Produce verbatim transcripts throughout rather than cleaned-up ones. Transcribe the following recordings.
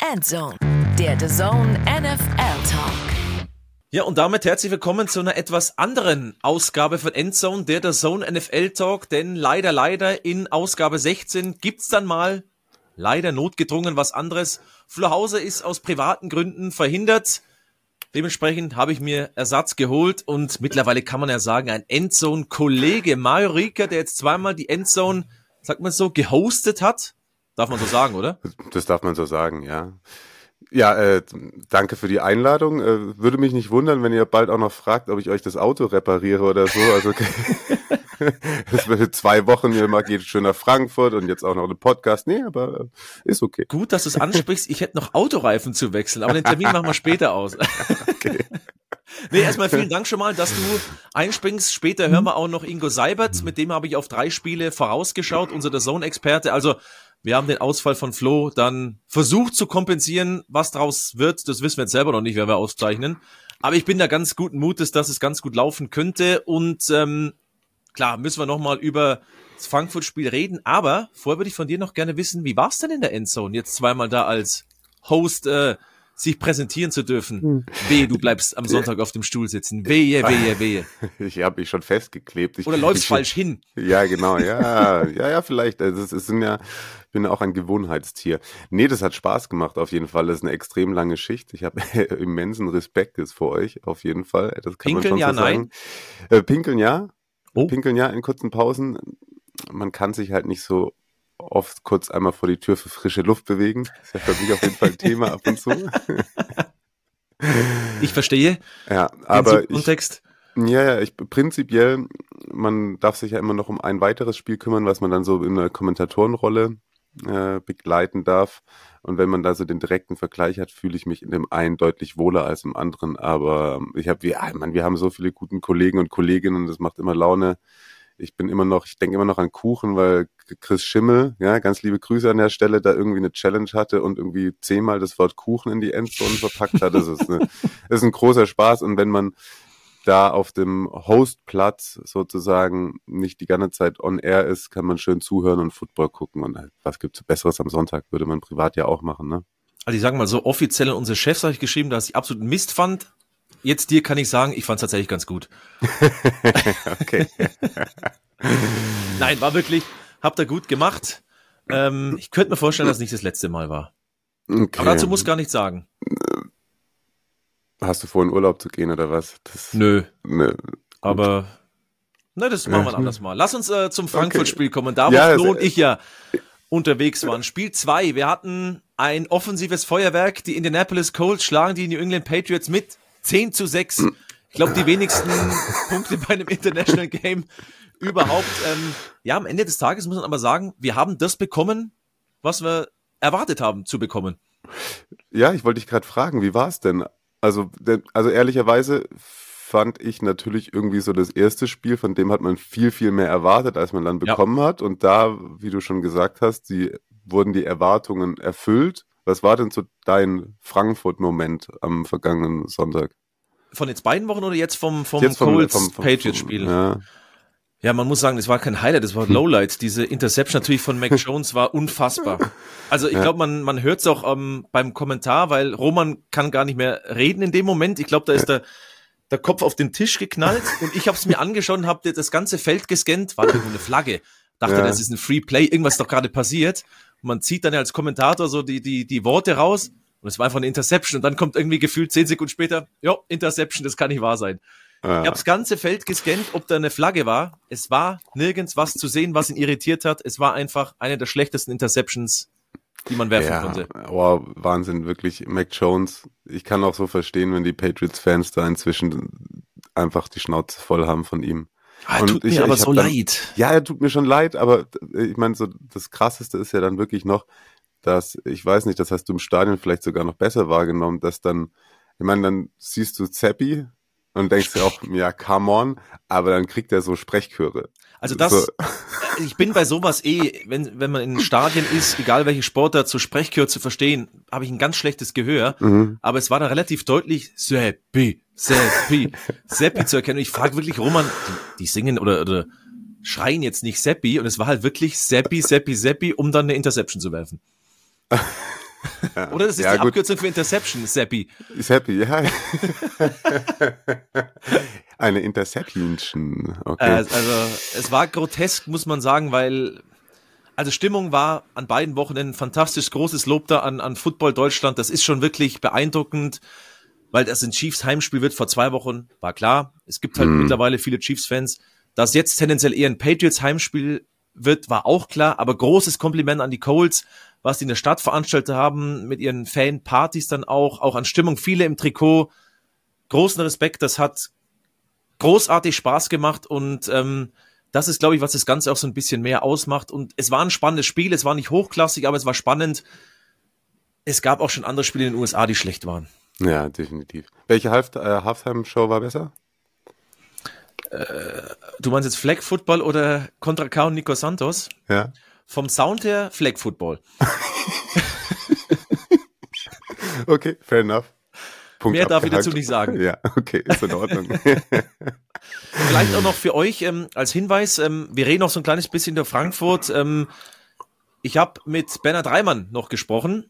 Endzone, der The Zone N F L Talk. Ja, und damit herzlich willkommen zu einer etwas anderen Ausgabe von Endzone, der The Zone N F L Talk, denn leider, leider in Ausgabe sechzehn gibt's dann mal, leider notgedrungen, was anderes. Flo Hauser ist aus privaten Gründen verhindert. Dementsprechend habe ich mir Ersatz geholt und mittlerweile kann man ja sagen, ein Endzone-Kollege, Mario Rieker, der jetzt zweimal die Endzone, sagt man so, gehostet hat. Darf man so sagen, oder? Das darf man so sagen, ja. Ja, äh, danke für die Einladung. Äh, würde mich nicht wundern, wenn ihr bald auch noch fragt, ob ich euch das Auto repariere oder so. Also es wird zwei Wochen, ihr mal geht schön nach Frankfurt und jetzt auch noch einen Podcast. Nee, aber äh, ist okay. Gut, dass du es ansprichst. Ich hätte noch Autoreifen zu wechseln, aber den Termin machen wir später aus. Okay. Nee, erstmal vielen Dank schon mal, dass du einspringst. Später hören wir auch noch Ingo Seibert, mit dem habe ich auf drei Spiele vorausgeschaut, unser The Zone-Experte. Also wir haben den Ausfall von Flo dann versucht zu kompensieren. Was draus wird, das wissen wir jetzt selber noch nicht, wer wir aufzeichnen. Aber ich bin da ganz guten Mutes, dass es ganz gut laufen könnte. Und ähm, klar, müssen wir nochmal über das Frankfurt-Spiel reden. Aber vorher würde ich von dir noch gerne wissen, wie war es denn in der Endzone, jetzt zweimal da als Host äh, sich präsentieren zu dürfen? Hm. Wehe, du bleibst am Sonntag auf dem Stuhl sitzen. Wehe, wehe, wehe. Ich habe mich schon festgeklebt. Ich, Oder läufst ich, falsch hin. Ja, genau, ja, ja, ja, vielleicht. Also es, es sind ja, ich bin ja auch ein Gewohnheitstier. Nee, das hat Spaß gemacht auf jeden Fall. Das ist eine extrem lange Schicht. Ich habe immensen Respekt jetzt vor euch, auf jeden Fall. Das kann Pinkeln, man schon ja, so sagen. nein? Äh, Pinkeln, ja. Oh. Pinkeln, ja, in kurzen Pausen. Man kann sich halt nicht so oft kurz einmal vor die Tür für frische Luft bewegen. Das ist ja für mich auf jeden Fall ein Thema ab und zu. Ich verstehe. Ja, aber den Kontext. Ich, ja, ja, ich prinzipiell, man darf sich ja immer noch um ein weiteres Spiel kümmern, was man dann so in der Kommentatorenrolle äh, begleiten darf. Und wenn man da so den direkten Vergleich hat, fühle ich mich in dem einen deutlich wohler als im anderen. Aber ich habe, ja, man, wir haben so viele guten Kollegen und Kolleginnen, das macht immer Laune. Ich bin immer noch, ich denke immer noch an Kuchen, weil Chris Schimmel, ja, ganz liebe Grüße an der Stelle, da irgendwie eine Challenge hatte und irgendwie zehnmal das Wort Kuchen in die Endzone verpackt hat. Das ist, eine, das ist ein großer Spaß. Und wenn man da auf dem Hostplatz sozusagen nicht die ganze Zeit on air ist, kann man schön zuhören und Football gucken. Und was gibt's Besseres am Sonntag? Würde man privat ja auch machen, ne? Also ich sage mal so, offiziell an unsere Chefs habe ich geschrieben, dass ich absolut Mist fand. Jetzt dir kann ich sagen, ich fand es tatsächlich ganz gut. Okay. Nein, war wirklich, habt ihr gut gemacht. Ähm, ich könnte mir vorstellen, dass es nicht das letzte Mal war. Okay. Aber dazu muss gar nichts sagen. Hast du vor, in Urlaub zu gehen oder was? Das, Nö. Nö. Aber, na, das machen wir ein anderes Mal. Lass uns äh, zum Frankfurt-Spiel kommen. Da, wo Ja, Flo es- und ich ja unterwegs waren. Spiel zwei. Wir hatten ein offensives Feuerwerk. Die Indianapolis Colts schlagen die New England Patriots mit zehn zu sechs. Ich glaube, die wenigsten Punkte bei einem International Game überhaupt. Ähm, ja, am Ende des Tages muss man aber sagen, wir haben das bekommen, was wir erwartet haben zu bekommen. Ja, ich wollte dich gerade fragen, wie war es denn? Also, denn, also ehrlicherweise fand ich natürlich irgendwie so das erste Spiel, von dem hat man viel, viel mehr erwartet, als man dann bekommen hat. Und da, wie du schon gesagt hast, die, wurden die Erwartungen erfüllt. Was war denn so dein Frankfurt-Moment am vergangenen Sonntag? Von jetzt beiden Wochen oder jetzt vom, vom Jetzt vom- Colts vom- vom- Patriots-Spiel? Ja. Ja, man muss sagen, das war kein Highlight, das war ein Lowlight. Diese Interception natürlich von Mac Jones war unfassbar. Also ich Ja. glaube, man man hört es auch ähm, beim Kommentar, weil Roman kann gar nicht mehr reden in dem Moment. Ich glaube, da ist der, der Kopf auf den Tisch geknallt und ich habe es mir angeschaut und habe das ganze Feld gescannt. War da irgendwo eine Flagge. Dachte, Ja. das ist ein Free Play, irgendwas ist doch gerade passiert. Und man zieht dann ja als Kommentator so die, die, die Worte raus und es war einfach eine Interception und dann kommt irgendwie gefühlt zehn Sekunden später, ja, Interception, das kann nicht wahr sein. Ja. Ich habe das ganze Feld gescannt, ob da eine Flagge war. Es war nirgends was zu sehen, was ihn irritiert hat. Es war einfach eine der schlechtesten Interceptions, die man werfen Ja, konnte. wow, Wahnsinn, wirklich. Mac Jones, ich kann auch so verstehen, wenn die Patriots-Fans da inzwischen einfach die Schnauze voll haben von ihm. Ah, Und tut ich- mir aber ich hab so dann- leid. Ja, er tut mir schon leid, aber ich meine, so das Krasseste ist ja dann wirklich noch, dass, ich weiß nicht, das hast du im Stadion vielleicht sogar noch besser wahrgenommen, dass dann, ich meine, dann siehst du Zappi und denkst dir auch, ja, come on, aber dann kriegt er so Sprechchöre. Also das, So. ich bin bei sowas eh, wenn, wenn man in Stadien ist, egal welche Sportart, zur Sprechchör zu verstehen, habe ich ein ganz schlechtes Gehör. Mhm. Aber es war dann relativ deutlich, Seppi, Seppi, Seppi zu erkennen. Und ich frage wirklich Roman, die, die singen oder, oder schreien jetzt nicht Seppi und es war halt wirklich Seppi, Seppi, Seppi, um dann eine Interception zu werfen. Ja. Oder das ist ja, die gut. Abkürzung für Interception, Seppi. Seppi, ja. Eine Interception, okay. Äh, also es war grotesk, muss man sagen, weil also Stimmung war an beiden Wochenenden fantastisch, großes Lob da an, an Football Deutschland. Das ist schon wirklich beeindruckend, weil das ein Chiefs Heimspiel wird vor zwei Wochen, war klar. Es gibt halt hm. mittlerweile viele Chiefs-Fans. Dass jetzt tendenziell eher ein Patriots Heimspiel wird, war auch klar. Aber großes Kompliment an die Colts, was die in der Stadt veranstaltet haben, mit ihren Fan-Partys dann auch, auch an Stimmung, viele im Trikot. Großen Respekt, das hat großartig Spaß gemacht und ähm, das ist, glaube ich, was das Ganze auch so ein bisschen mehr ausmacht. Und es war ein spannendes Spiel, es war nicht hochklassig, aber es war spannend. Es gab auch schon andere Spiele in den U S A, die schlecht waren. Ja, definitiv. Welche Half- äh, Halftime-Show war besser? Äh, du meinst jetzt Flag Football oder Contra K und Nico Santos? Ja. Vom Sound her Flag Football. Okay, fair enough. Punkt Mehr darf ich abgehakt. dazu nicht sagen. Ja, okay, ist in Ordnung. Vielleicht auch noch für euch ähm, als Hinweis, ähm, wir reden noch so ein kleines bisschen über Frankfurt. Ähm, ich habe mit Bernhard Reimann noch gesprochen,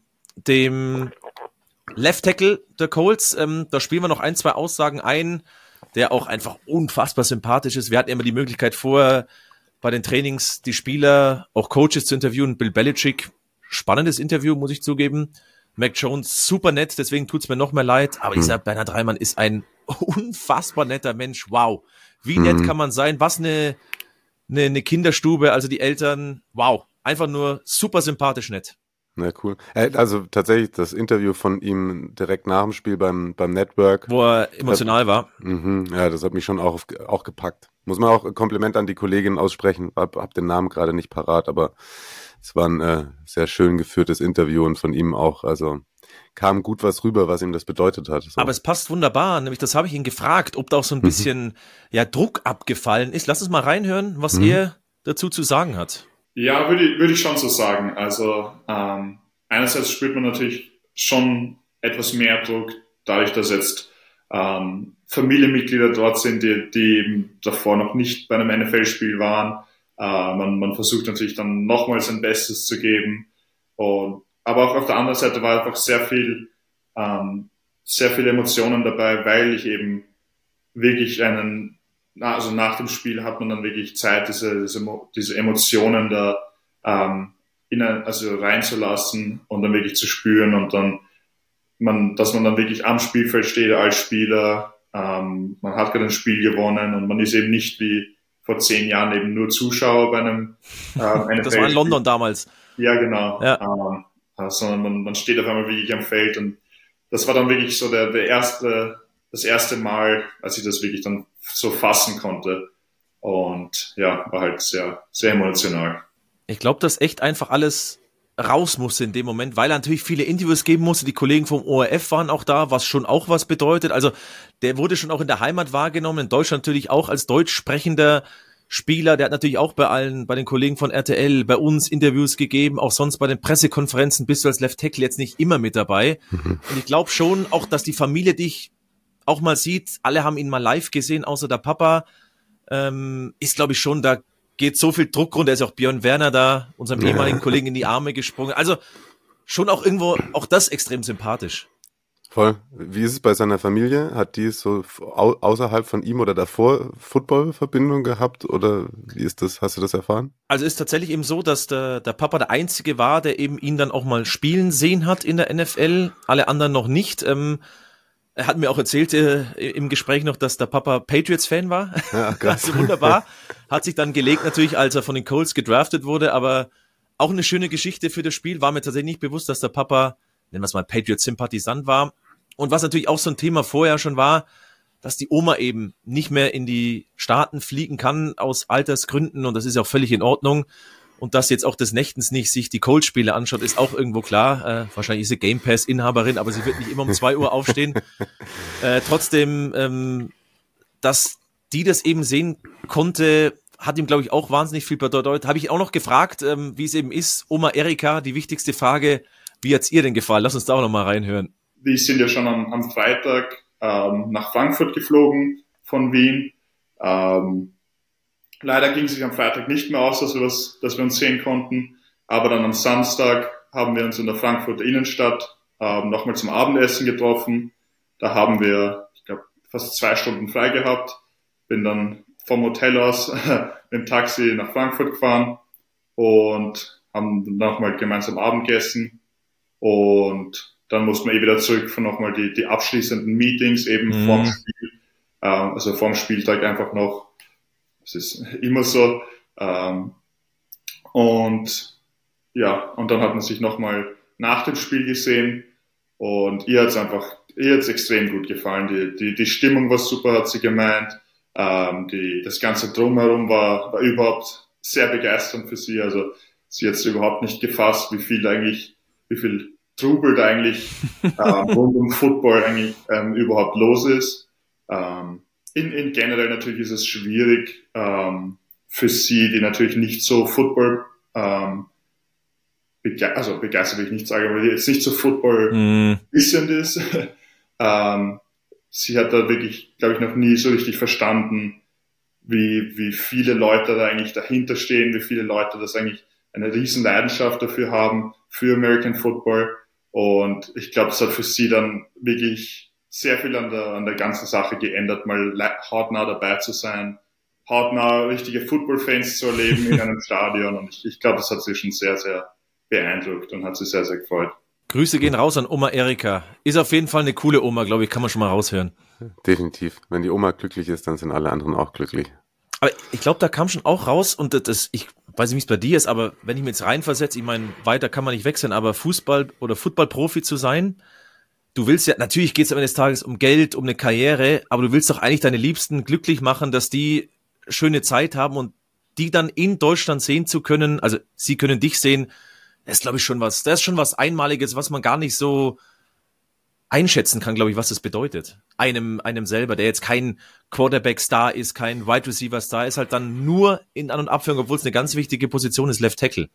dem Left Tackle der Colts. Ähm, da spielen wir noch ein, zwei Aussagen ein, der auch einfach unfassbar sympathisch ist. Wir hatten immer die Möglichkeit vorher bei den Trainings die Spieler, auch Coaches zu interviewen. Bill Belichick, spannendes Interview, muss ich zugeben. Mac Jones, super nett, deswegen tut's mir noch mehr leid. Aber dieser Bernhard Reimann ist ein unfassbar netter Mensch. Wow, wie nett kann man sein? Was eine, eine, eine Kinderstube, also die Eltern, wow, einfach nur super sympathisch nett. Na cool. Also tatsächlich das Interview von ihm direkt nach dem Spiel beim beim Network. Wo er emotional das, war. Mhm, ja, das hat mich schon auch, auch gepackt. Muss man auch ein Kompliment an die Kollegin aussprechen. Hab, hab den Namen gerade nicht parat, aber es war ein äh, sehr schön geführtes Interview und von ihm auch, also kam gut was rüber, was ihm das bedeutet hat. So. Aber es passt wunderbar, nämlich das habe ich ihn gefragt, ob da auch so ein bisschen mhm. ja Druck abgefallen ist. Lass uns mal reinhören, was mhm. er dazu zu sagen hat. Ja, würde ich, würde ich schon so sagen. Also ähm, einerseits spürt man natürlich schon etwas mehr Druck, dadurch, dass jetzt ähm, Familienmitglieder dort sind, die, die eben davor noch nicht bei einem N F L-Spiel waren. Äh, man, man versucht natürlich dann nochmal sein Bestes zu geben. Und, aber auch auf der anderen Seite war einfach sehr viel, ähm, sehr viele Emotionen dabei, weil ich eben wirklich einen also nach dem Spiel hat man dann wirklich Zeit, diese, diese, diese Emotionen da ähm, in ein, also reinzulassen und dann wirklich zu spüren und dann, man, dass man dann wirklich am Spielfeld steht als Spieler. Ähm, man hat gerade ein Spiel gewonnen und man ist eben nicht wie vor zehn Jahren eben nur Zuschauer bei einem ähm, N F L-Spiel. Das war in London damals. Ja, genau. Ja. Ähm, also man, man steht auf einmal wirklich am Feld und das war dann wirklich so der, der erste das erste Mal, als ich das wirklich dann so fassen konnte. Und ja, war halt sehr, sehr emotional. Ich glaube, dass echt einfach alles raus musste in dem Moment, weil er natürlich viele Interviews geben musste. Die Kollegen vom O R F waren auch da, was schon auch was bedeutet. Also der wurde schon auch in der Heimat wahrgenommen, in Deutschland natürlich auch als deutsch sprechender Spieler. Der hat natürlich auch bei allen, bei den Kollegen von R T L, bei uns Interviews gegeben. Auch sonst bei den Pressekonferenzen bist du als Left Tackle jetzt nicht immer mit dabei. Mhm. Und ich glaube schon auch, dass die Familie dich auch mal sieht, alle haben ihn mal live gesehen, außer der Papa, ähm, ist glaube ich schon, da geht so viel Druck runter, ist auch Björn Werner da, unserem ja. ehemaligen Kollegen in die Arme gesprungen, also schon auch irgendwo, auch das extrem sympathisch. Voll. Wie ist es bei seiner Familie? Hat die so au- außerhalb von ihm oder davor Football-Verbindung gehabt oder wie ist das, hast du das erfahren? Also ist tatsächlich eben so, dass der, der Papa der Einzige war, der eben ihn dann auch mal spielen sehen hat in der N F L, alle anderen noch nicht, ähm, er hat mir auch erzählt äh, im Gespräch noch, dass der Papa Patriots-Fan war. Ja, krass. Also wunderbar. Hat sich dann gelegt natürlich, als er von den Colts gedraftet wurde, aber auch eine schöne Geschichte für das Spiel. War mir tatsächlich nicht bewusst, dass der Papa, nennen wir es mal Patriots-Sympathisant war. Und was natürlich auch so ein Thema vorher schon war, dass die Oma eben nicht mehr in die Staaten fliegen kann aus Altersgründen und das ist auch völlig in Ordnung. Und dass jetzt auch des Nächtens nicht sich die Colts-Spiele anschaut, ist auch irgendwo klar. Äh, wahrscheinlich ist sie Game Pass-Inhaberin, aber sie wird nicht immer um zwei Uhr aufstehen. Äh, trotzdem, ähm, dass die das eben sehen konnte, hat ihm, glaube ich, auch wahnsinnig viel bedeutet. Habe ich auch noch gefragt, ähm, wie es eben ist. Oma Erika, die wichtigste Frage, wie hat's ihr denn gefallen? Lass uns da auch noch mal reinhören. Wir sind ja schon am, am Freitag ähm, nach Frankfurt geflogen von Wien. Ähm, Leider ging es sich am Freitag nicht mehr aus, dass wir, was, dass wir uns sehen konnten. Aber dann am Samstag haben wir uns in der Frankfurter Innenstadt äh, nochmal zum Abendessen getroffen. Da haben wir, ich glaube, fast zwei Stunden frei gehabt. Bin dann vom Hotel aus mit dem Taxi nach Frankfurt gefahren und haben dann nochmal gemeinsam Abend gegessen. Und dann mussten wir eh wieder zurück für nochmal die, die abschließenden Meetings eben mhm. vorm Spiel. Ähm, also vorm Spieltag einfach noch. Das ist immer so. Ähm, und ja, und dann hat man sich nochmal nach dem Spiel gesehen und ihr hat's einfach, ihr hat's extrem gut gefallen. Die, die, die Stimmung war super, hat sie gemeint. Ähm, die, das ganze Drumherum war, war überhaupt sehr begeisternd für sie. Also sie hat's überhaupt nicht gefasst, wie viel eigentlich, wie viel Trubel da eigentlich ähm, rund um Football eigentlich ähm, überhaupt los ist. Ähm, in, in generell natürlich ist es schwierig ähm, für sie, die natürlich nicht so Football ähm, bege- also begeistert will ich nicht sagen, aber die jetzt nicht so Football mm. wissend ist. ähm, sie hat da wirklich, glaube ich, noch nie so richtig verstanden, wie, wie viele Leute da eigentlich dahinter stehen, wie viele Leute das eigentlich eine riesen Leidenschaft dafür haben, für American Football. Und ich glaube, es hat für sie dann wirklich sehr viel an der, an der ganzen Sache geändert, mal hautnah dabei zu sein, hautnah richtige Football-Fans zu erleben in einem Stadion. Und ich, ich glaube, das hat sie schon sehr, sehr beeindruckt und hat sie sehr, sehr gefreut. Grüße gehen raus an Oma Erika. Ist auf jeden Fall eine coole Oma, glaube ich, kann man schon mal raushören. Definitiv. Wenn die Oma glücklich ist, dann sind alle anderen auch glücklich. Aber ich glaube, da kam schon auch raus, und das, ich weiß nicht, wie es bei dir ist, aber wenn ich mir jetzt reinversetze, ich meine, weiter kann man nicht wechseln, aber Fußball- oder Football-Profi zu sein, du willst ja, natürlich geht es am Ende des Tages um Geld, um eine Karriere, aber du willst doch eigentlich deine Liebsten glücklich machen, dass die schöne Zeit haben und die dann in Deutschland sehen zu können, also sie können dich sehen, das ist, glaube ich, schon was, das ist schon was Einmaliges, was man gar nicht so einschätzen kann, glaube ich, was das bedeutet. Einem, einem selber, der jetzt kein Quarterback-Star ist, kein Wide Receiver-Star, ist halt dann nur in An- und Abführung, obwohl es eine ganz wichtige Position ist, Left Tackle.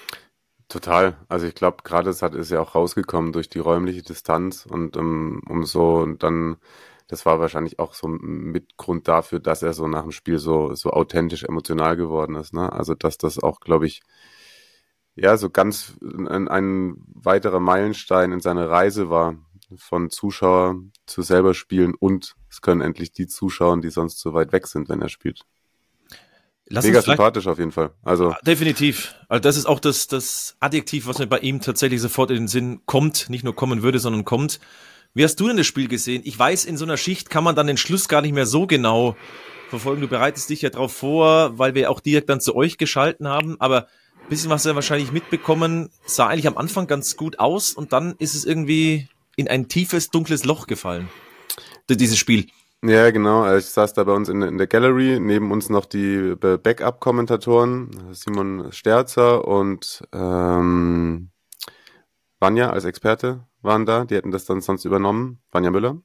Total. Also ich glaube, gerade es hat ist ja auch rausgekommen durch die räumliche Distanz und um, um so und dann, das war wahrscheinlich auch so mit Grund dafür, dass er so nach dem Spiel so so authentisch emotional geworden ist. Ne? Also dass das auch, glaube ich, ja so ganz ein, ein weiterer Meilenstein in seiner Reise war, von Zuschauer zu selber spielen, und es können endlich die Zuschauer, die sonst so weit weg sind, wenn er spielt. Lass Mega sympathisch auf jeden Fall. Also definitiv. Also das ist auch das, das Adjektiv, was mir bei ihm tatsächlich sofort in den Sinn kommt, nicht nur kommen würde, sondern kommt. Wie hast du denn das Spiel gesehen? Ich weiß, in so einer Schicht kann man dann den Schluss gar nicht mehr so genau verfolgen. Du bereitest dich ja drauf vor, weil wir auch direkt dann zu euch geschalten haben, aber ein bisschen was ja wahrscheinlich mitbekommen, sah eigentlich am Anfang ganz gut aus und dann ist es irgendwie in ein tiefes, dunkles Loch gefallen, dieses Spiel. Ja, genau. Ich saß da bei uns in, in der Gallery, neben uns noch die Backup-Kommentatoren, Simon Sterzer und ähm, Vanja als Experte waren da. Die hätten das dann sonst übernommen, Vanja Müller.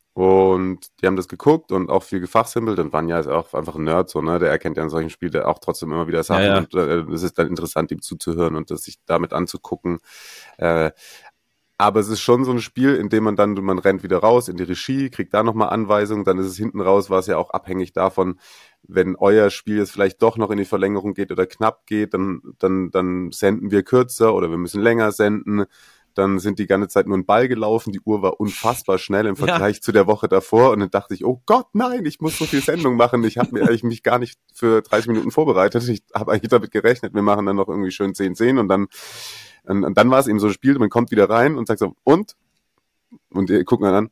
Und die haben das geguckt und auch viel gefachsimpelt. Und Vanja ist auch einfach ein Nerd, so, ne? Der erkennt ja in solchen Spielen auch trotzdem immer wieder Sachen. Ja, ja. Und äh, es ist dann interessant, ihm zuzuhören und das sich damit anzugucken. Äh, Aber es ist schon so ein Spiel, in dem man dann, man rennt wieder raus in die Regie, kriegt da nochmal Anweisungen, dann ist es hinten raus, war es ja auch abhängig davon, wenn euer Spiel jetzt vielleicht doch noch in die Verlängerung geht oder knapp geht, dann, dann, dann senden wir kürzer oder wir müssen länger senden. Dann sind die ganze Zeit nur ein Ball gelaufen, die Uhr war unfassbar schnell im Vergleich ja. zu der Woche davor und dann dachte ich, oh Gott, nein, ich muss so viel Sendung machen, ich habe mir eigentlich mich gar nicht für dreißig Minuten vorbereitet, ich habe eigentlich damit gerechnet, wir machen dann noch irgendwie schön zehn zehn und dann Und, und dann war es eben so ein Spiel, man kommt wieder rein und sagt so, und? Und ihr guckt dann an.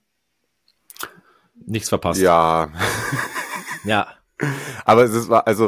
Nichts verpasst. Ja. Ja. Aber es war, also,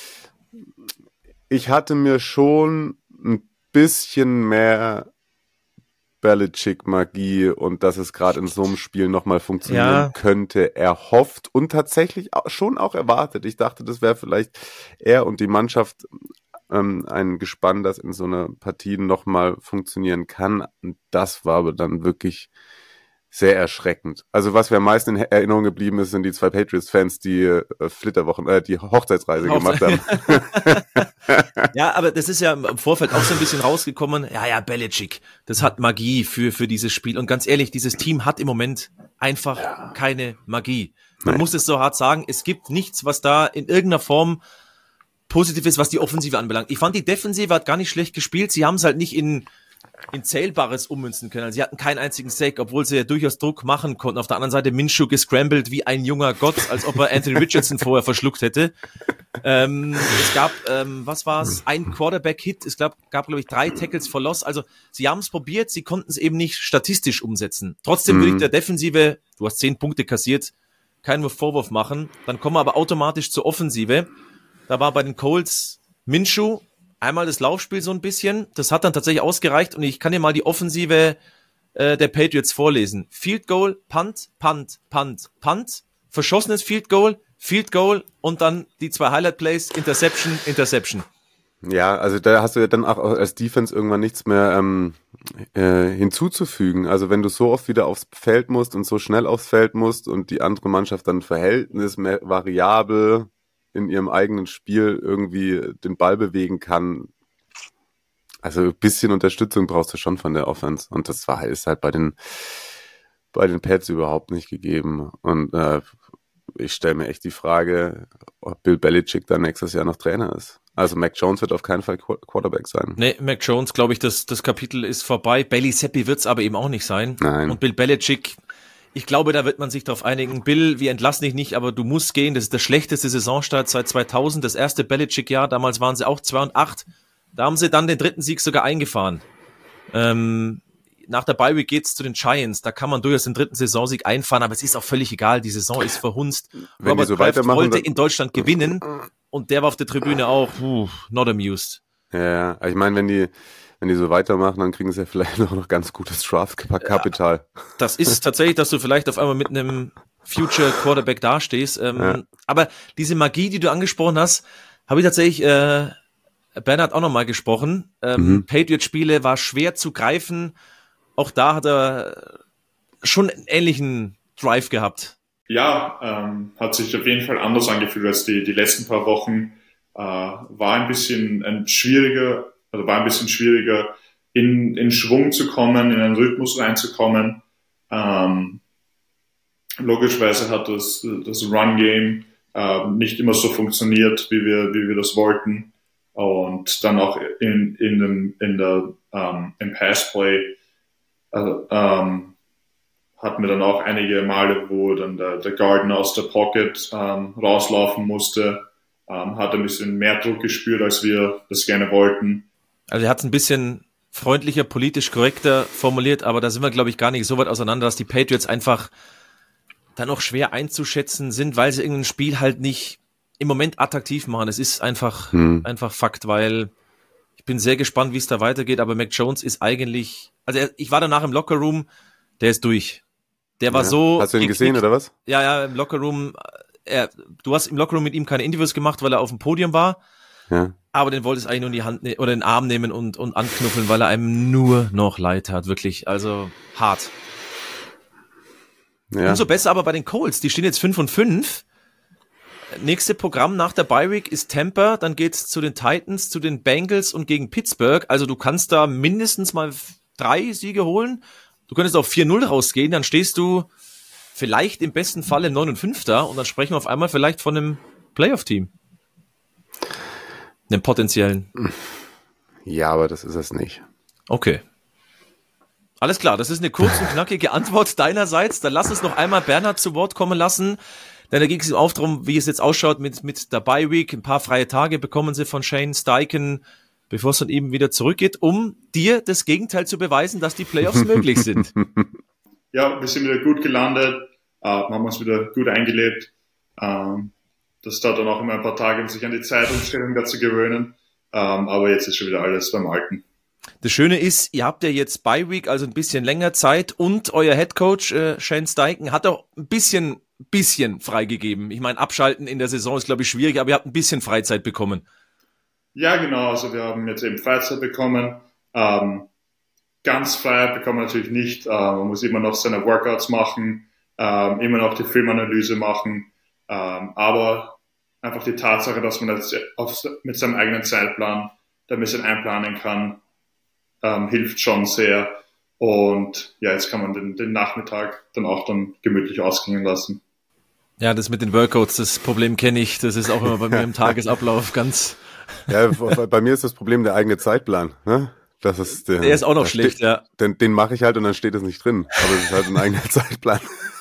ich hatte mir schon ein bisschen mehr Belichick-Magie und dass es gerade in so einem Spiel nochmal funktionieren ja. könnte, erhofft und tatsächlich auch, schon auch erwartet. Ich dachte, das wäre vielleicht er und die Mannschaft ein Gespann, das in so einer Partie nochmal funktionieren kann. Und das war aber dann wirklich sehr erschreckend. Also was mir am meisten in Erinnerung geblieben ist, sind die zwei Patriots-Fans, die äh, Flitterwochen, äh, die Hochzeitsreise Hochzeit. gemacht haben. Ja, aber das ist ja im Vorfeld auch so ein bisschen rausgekommen. Ja, ja, Belichick, das hat Magie für für dieses Spiel. Und ganz ehrlich, dieses Team hat im Moment einfach ja. keine Magie. Man Nein. muss es so hart sagen, es gibt nichts, was da in irgendeiner Form positiv ist, was die Offensive anbelangt. Ich fand, die Defensive hat gar nicht schlecht gespielt. Sie haben es halt nicht in in Zählbares ummünzen können. Also sie hatten keinen einzigen Sack, obwohl sie ja durchaus Druck machen konnten. Auf der anderen Seite Minshew gescrambled wie ein junger Gott, als ob er Anthony Richardson vorher verschluckt hätte. Ähm, es gab, ähm, was war es, ein Quarterback-Hit, es gab, gab glaube ich, drei Tackles for Loss. Also sie haben es probiert, sie konnten es eben nicht statistisch umsetzen. Trotzdem mhm. würde ich der Defensive, du hast zehn Punkte kassiert, keinen Vorwurf machen. Dann kommen wir aber automatisch zur Offensive. Da war bei den Colts Minshew, einmal das Laufspiel so ein bisschen, das hat dann tatsächlich ausgereicht und ich kann dir mal die Offensive äh, der Patriots vorlesen. Field Goal, Punt, Punt, Punt, Punt, verschossenes Field Goal, Field Goal und dann die zwei Highlight Plays, Interception, Interception. Ja, also da hast du ja dann auch als Defense irgendwann nichts mehr ähm, äh, hinzuzufügen. Also wenn du so oft wieder aufs Feld musst und so schnell aufs Feld musst und die andere Mannschaft dann Verhältnis mehr variabel in ihrem eigenen Spiel irgendwie den Ball bewegen kann. Also ein bisschen Unterstützung brauchst du schon von der Offense. Und das war ist halt bei den bei den Pats überhaupt nicht gegeben. Und äh, ich stelle mir echt die Frage, ob Bill Belichick dann nächstes Jahr noch Trainer ist. Also Mac Jones wird auf keinen Fall Quarterback sein. Nee, Mac Jones, glaube ich, das, das Kapitel ist vorbei. Bailey Zappi wird es aber eben auch nicht sein. Nein. Und Bill Belichick, ich glaube, da wird man sich darauf einigen. Bill, wir entlassen dich nicht, aber du musst gehen. Das ist der schlechteste Saisonstart seit zweitausend, das erste Belichick-Jahr. Damals waren sie auch zwei und acht. Da haben sie dann den dritten Sieg sogar eingefahren. Ähm, nach der Bye Week geht's zu den Giants. Da kann man durchaus den dritten Saisonsieg einfahren, aber es ist auch völlig egal. Die Saison ist verhunzt. Wenn Robert so Kraft wollte in Deutschland gewinnen und der war auf der Tribüne auch uh, not amused. Ja, ich meine, wenn die wenn die so weitermachen, dann kriegen sie ja vielleicht noch, noch ganz gutes Draft-Kapital. Ja, das ist tatsächlich, dass du vielleicht auf einmal mit einem Future Quarterback dastehst. Ähm, ja. Aber diese Magie, die du angesprochen hast, habe ich tatsächlich äh, Bernhard auch nochmal gesprochen. Ähm, mhm. Patriot-Spiele war schwer zu greifen. Auch da hat er schon einen ähnlichen Drive gehabt. Ja, ähm, hat sich auf jeden Fall anders angefühlt als die, die letzten paar Wochen. Äh, war ein bisschen ein schwieriger, also war ein bisschen schwieriger, in, in Schwung zu kommen, in einen Rhythmus reinzukommen. Ähm, logischerweise hat das, das Run-Game äh, nicht immer so funktioniert, wie wir, wie wir das wollten. Und dann auch in, in, dem, in der, ähm, im Passplay also, ähm, hatten wir dann auch einige Male, wo dann der, der Gardner aus der Pocket ähm, rauslaufen musste, ähm, hat ein bisschen mehr Druck gespürt, als wir das gerne wollten. Also er hat es ein bisschen freundlicher, politisch korrekter formuliert, aber da sind wir, glaube ich, gar nicht so weit auseinander, dass die Patriots einfach dann auch schwer einzuschätzen sind, weil sie irgendein Spiel halt nicht im Moment attraktiv machen. Es ist einfach, hm. einfach Fakt, weil ich bin sehr gespannt, wie es da weitergeht, aber Mac Jones ist eigentlich, also er, ich war danach im Lockerroom, der ist durch. Der war ja. so... Hast du ihn gesehen, oder was? Ja, ja, im Lockerroom, er, du hast im Lockerroom mit ihm keine Interviews gemacht, weil er auf dem Podium war, ja. aber den wolltest eigentlich nur in die Hand ne- oder in den Arm nehmen und, und anknuffeln, weil er einem nur noch leid hat, wirklich, also hart. Ja. Umso besser aber bei den Colts, die stehen jetzt fünf und fünf. Nächste Programm nach der Bye Week ist Tampa, dann geht's zu den Titans, zu den Bengals und gegen Pittsburgh. Also du kannst da mindestens mal drei Siege holen. Du könntest auf vier null rausgehen, dann stehst du vielleicht im besten Fall im neun und fünf da und dann sprechen wir auf einmal vielleicht von einem Playoff-Team. Einem potenziellen. Ja, aber das ist es nicht. Okay. Alles klar, das ist eine kurze und knackige Antwort deinerseits. Dann lass uns noch einmal Bernhard zu Wort kommen lassen. Denn da ging es ihm auch darum, wie es jetzt ausschaut mit, mit der Bye Week. Ein paar freie Tage bekommen sie von Shane Steichen, bevor es dann eben wieder zurückgeht, um dir das Gegenteil zu beweisen, dass die Playoffs möglich sind. Ja, wir sind wieder gut gelandet, äh, haben uns wieder gut eingelebt. Ähm, das dauert dann auch immer ein paar Tage, um sich an die Zeitumstellung dazu gewöhnen. Ähm, aber jetzt ist schon wieder alles beim Alten. Das Schöne ist, ihr habt ja jetzt Bye Week, also ein bisschen länger Zeit und euer Headcoach äh, Shane Steichen hat auch ein bisschen, bisschen freigegeben. Ich meine, abschalten in der Saison ist, glaube ich, schwierig, aber ihr habt ein bisschen Freizeit bekommen. Ja, genau. Also wir haben jetzt eben Freizeit bekommen. Ähm, ganz frei bekommen wir natürlich nicht. Äh, man muss immer noch seine Workouts machen, ähm, immer noch die Filmanalyse machen. Ähm, aber einfach die Tatsache, dass man jetzt auf, mit seinem eigenen Zeitplan da ein bisschen einplanen kann, ähm, hilft schon sehr. Und ja, jetzt kann man den, den Nachmittag dann auch dann gemütlich ausklingen lassen. Ja, das mit den Workouts, das Problem kenne ich. Das ist auch immer bei mir im Tagesablauf ganz... Ja, bei mir ist das Problem der eigene Zeitplan. Ne? Das ist der, der ist auch noch der schlecht, steht, ja. Den, den mache ich halt und dann steht es nicht drin. Aber es ist halt ein eigener Zeitplan.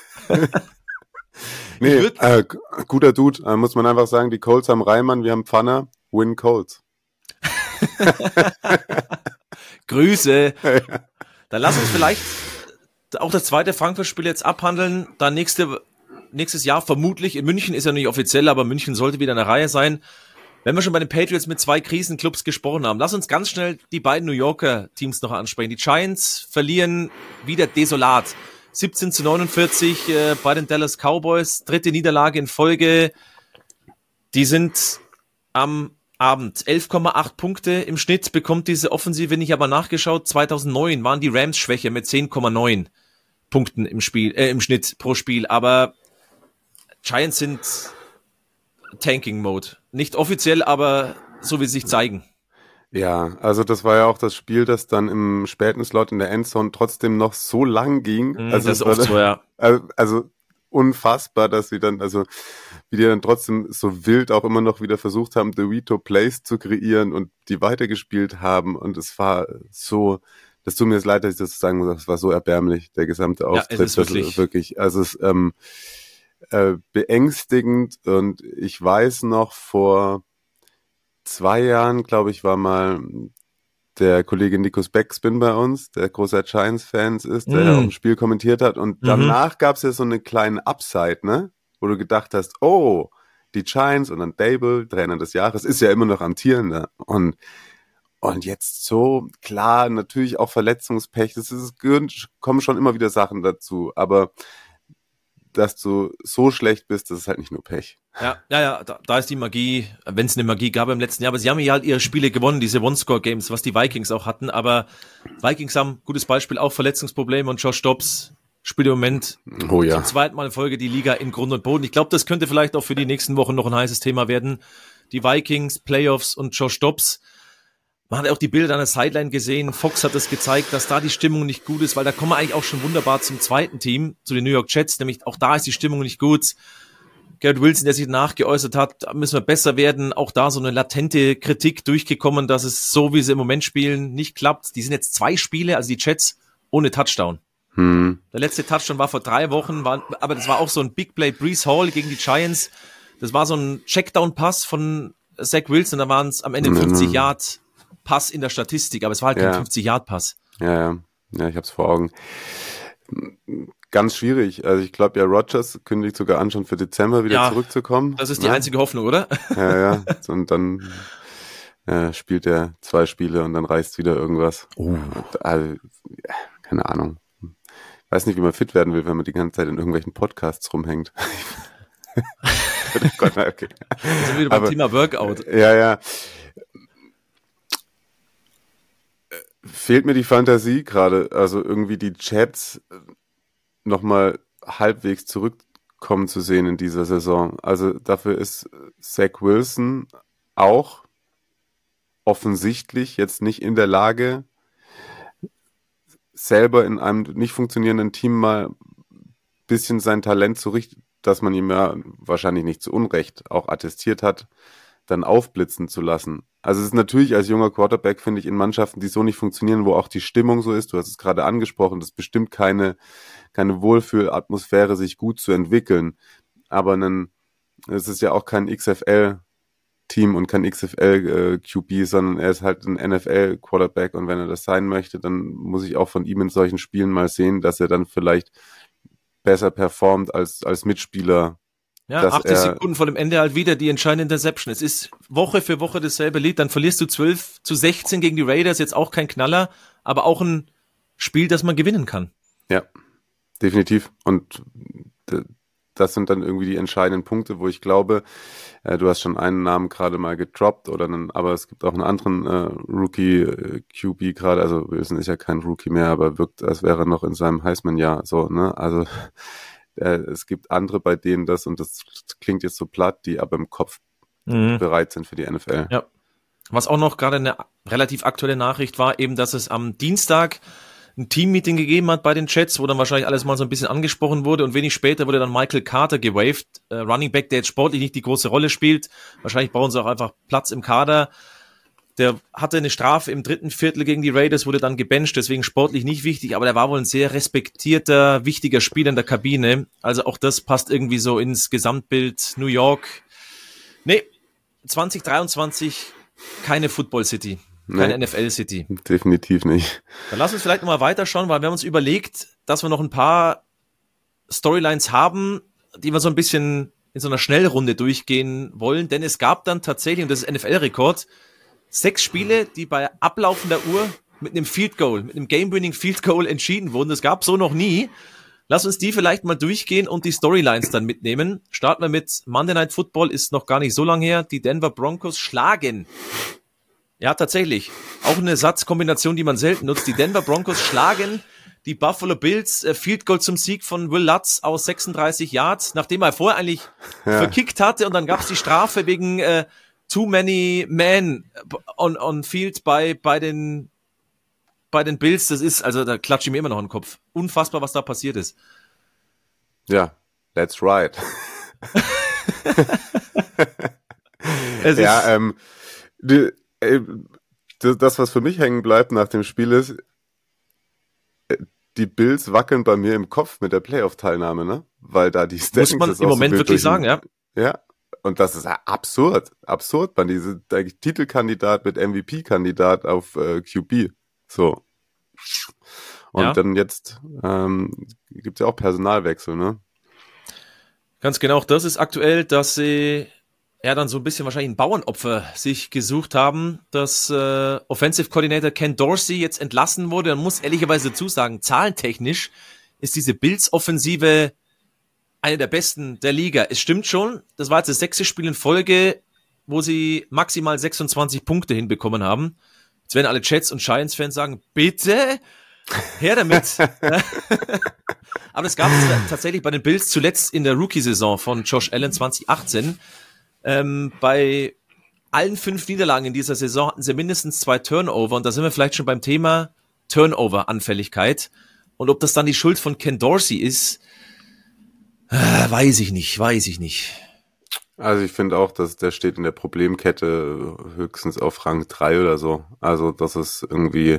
nee, äh, guter Dude, äh, muss man einfach sagen, die Colts haben Reimann, wir haben Pfanner, win Colts. Grüße. Dann lass uns vielleicht auch das zweite Frankfurt-Spiel jetzt abhandeln. Dann nächste, nächstes Jahr vermutlich in München, ist ja nicht offiziell, aber München sollte wieder eine Reihe sein. Wenn wir schon bei den Patriots mit zwei Krisenclubs gesprochen haben, lass uns ganz schnell die beiden New Yorker Teams noch ansprechen. Die Giants verlieren wieder desolat. siebzehn zu neunundvierzig äh, bei den Dallas Cowboys. Dritte Niederlage in Folge. Die sind am Abend. elf Komma acht Punkte im Schnitt bekommt diese Offensive, nicht aber nachgeschaut. zweitausendneun waren die Rams Schwäche mit zehn Komma neun Punkten im Spiel, äh, im Schnitt pro Spiel. Aber Giants sind Tanking-Mode. Nicht offiziell, aber so wie sie sich zeigen. Ja, also das war ja auch das Spiel, das dann im späten Slot in der Endzone trotzdem noch so lang ging. Mm, also das ist oft so, ja. Also unfassbar, dass sie dann, also wie die dann trotzdem so wild auch immer noch wieder versucht haben, DeVito Plays zu kreieren und die weitergespielt haben. Und es war so, das tut mir jetzt leid, dass ich das sagen muss, es war so erbärmlich, der gesamte Auftritt. Ja, es ist wirklich. Das, wirklich, also es ist ähm, äh, beängstigend und ich weiß noch, vor zwei Jahren, glaube ich, war mal der Kollege Nikos Backspin bei uns, der großer Giants-Fans ist, der mm. auch ein Spiel kommentiert hat. Und danach mhm. gab es ja so eine kleine Upside, ne? Wo du gedacht hast, oh, die Giants und dann Dable, Trainer des Jahres, ist ja immer noch amtierender. Und, und jetzt so, klar, natürlich auch Verletzungspech, das ist, kommen schon immer wieder Sachen dazu, aber dass du so schlecht bist, das ist halt nicht nur Pech. Ja, ja, ja, da, da ist die Magie, wenn es eine Magie gab im letzten Jahr, aber sie haben ja halt ihre Spiele gewonnen, diese One-Score-Games, was die Vikings auch hatten, aber Vikings haben, gutes Beispiel, auch Verletzungsprobleme und Josh Dobbs spielt im Moment oh, ja. zum zweiten Mal in Folge die Liga in Grund und Boden. Ich glaube, das könnte vielleicht auch für die nächsten Wochen noch ein heißes Thema werden. Die Vikings, Playoffs und Josh Dobbs. Man hat auch die Bilder an der Sideline gesehen. Fox hat es gezeigt, dass da die Stimmung nicht gut ist, weil da kommen wir eigentlich auch schon wunderbar zum zweiten Team, zu den New York Jets, nämlich auch da ist die Stimmung nicht gut. Garrett Wilson, der sich nachgeäußert hat, da müssen wir besser werden. Auch da so eine latente Kritik durchgekommen, dass es so, wie sie im Moment spielen, nicht klappt. Die sind jetzt zwei Spiele, also die Jets, ohne Touchdown. Hm. Der letzte Touchdown war vor drei Wochen, war, aber das war auch so ein Big Play, Breece Hall gegen die Giants. Das war so ein Checkdown-Pass von Zach Wilson, da waren es am Ende fünfzig Yard Pass in der Statistik, aber es war halt kein ja. fünfzig Yard Pass. Ja, ja, ja, ich hab's vor Augen. Ganz schwierig. Also ich glaube ja, Rodgers kündigt sogar an, schon für Dezember wieder ja, zurückzukommen. Das ist die ja? einzige Hoffnung, oder? Ja, ja. Und dann äh, spielt er zwei Spiele und dann reißt wieder irgendwas. Oh. Und, also, ja, keine Ahnung. Ich weiß nicht, wie man fit werden will, wenn man die ganze Zeit in irgendwelchen Podcasts rumhängt. Oh Gott, okay. Wir sind wieder beim Aber, Thema Workout. Ja, ja. Fehlt mir die Fantasie gerade, also irgendwie die Jets nochmal halbwegs zurückkommen zu sehen in dieser Saison. Also dafür ist Zach Wilson auch offensichtlich jetzt nicht in der Lage, selber in einem nicht funktionierenden Team mal ein bisschen sein Talent zu richten, dass man ihm ja wahrscheinlich nicht zu Unrecht auch attestiert hat, dann aufblitzen zu lassen. Also es ist natürlich als junger Quarterback, finde ich, in Mannschaften, die so nicht funktionieren, wo auch die Stimmung so ist, du hast es gerade angesprochen, das ist bestimmt keine, keine Wohlfühlatmosphäre, sich gut zu entwickeln. Aber einen, es ist ja auch kein X F L-Team und kein X F L-Q B, sondern er ist halt ein N F L-Quarterback und wenn er das sein möchte, dann muss ich auch von ihm in solchen Spielen mal sehen, dass er dann vielleicht besser performt als, als Mitspieler. Ja, achtzig Sekunden vor dem Ende halt wieder die entscheidende Interception. Es ist Woche für Woche dasselbe Lied. Dann verlierst du zwölf zu sechzehn gegen die Raiders. Jetzt auch kein Knaller, aber auch ein Spiel, das man gewinnen kann. Ja, definitiv. Und das sind dann irgendwie die entscheidenden Punkte, wo ich glaube, äh, du hast schon einen Namen gerade mal gedroppt, oder einen, aber es gibt auch einen anderen äh, Rookie-Q B gerade. Also Wilson ist ja kein Rookie mehr, aber wirkt, als wäre er noch in seinem Heisman-Jahr. So, ne? Also Äh, es gibt andere, bei denen das, und das klingt jetzt so platt, die aber im Kopf mhm. bereit sind für die N F L. Ja. Was auch noch gerade eine relativ aktuelle Nachricht war, eben, dass es am Dienstag ein Team-Meeting gegeben hat bei den Jets, wo dann wahrscheinlich alles mal so ein bisschen angesprochen wurde, und wenig später wurde dann Michael Carter gewaved, äh, Running Back, der jetzt sportlich nicht die große Rolle spielt. Wahrscheinlich brauchen sie auch einfach Platz im Kader. Der hatte eine Strafe im dritten Viertel gegen die Raiders, wurde dann gebencht, deswegen sportlich nicht wichtig, aber der war wohl ein sehr respektierter, wichtiger Spieler in der Kabine. Also auch das passt irgendwie so ins Gesamtbild New York. Nee, zwanzig dreiundzwanzig keine Football City, keine nee, N F L City. Definitiv nicht. Dann lass uns vielleicht nochmal weiterschauen, weil wir haben uns überlegt, dass wir noch ein paar Storylines haben, die wir so ein bisschen in so einer Schnellrunde durchgehen wollen, denn es gab dann tatsächlich, und das ist N F L-Rekord, sechs Spiele, die bei ablaufender Uhr mit einem Field Goal, mit einem Game-Winning Field Goal entschieden wurden. Das gab so noch nie. Lass uns die vielleicht mal durchgehen und die Storylines dann mitnehmen. Starten wir mit Monday Night Football, ist noch gar nicht so lange her. Die Denver Broncos schlagen. Ja, tatsächlich. Auch eine Satzkombination, die man selten nutzt. Die Denver Broncos schlagen die Buffalo Bills. Äh, Field Goal zum Sieg von Will Lutz aus sechsunddreißig Yards, nachdem er vorher eigentlich ja. verkickt hatte. Und dann gab es die Strafe wegen äh, Too many men on, on field bei, bei den, bei den Bills. Das ist, also da klatsche ich mir immer noch in den Kopf. Unfassbar, was da passiert ist. Ja, that's right. es ja, ist ähm, die, äh, das, was für mich hängen bleibt nach dem Spiel ist, die Bills wackeln bei mir im Kopf mit der Playoff-Teilnahme, ne? Weil da die Stats muss man im Moment so wirklich sagen, ja. Ja. Und das ist absurd, absurd, man, diese Titelkandidat mit M V P-Kandidat auf äh, Q B, so. Und ja. dann jetzt ähm, gibt es ja auch Personalwechsel, ne? Ganz genau, das ist aktuell, dass sie ja dann so ein bisschen wahrscheinlich ein Bauernopfer sich gesucht haben, dass äh, Offensive Coordinator Ken Dorsey jetzt entlassen wurde. Man muss ehrlicherweise dazu sagen, zahlentechnisch ist diese Bills-Offensive eine der besten der Liga. Es stimmt schon, das war jetzt das sechste Spiel in Folge, wo sie maximal sechsundzwanzig Punkte hinbekommen haben. Jetzt werden alle Jets und Giants-Fans sagen, bitte, her damit. Aber das gab es tatsächlich bei den Bills zuletzt in der Rookie-Saison von Josh Allen zwanzig achtzehn. Ähm, bei allen fünf Niederlagen in dieser Saison hatten sie mindestens zwei Turnover. Und da sind wir vielleicht schon beim Thema Turnover-Anfälligkeit. Und ob das dann die Schuld von Ken Dorsey ist, äh, weiß ich nicht, weiß ich nicht. Also ich finde auch, dass der steht in der Problemkette höchstens auf Rang drei oder so. Also das ist irgendwie,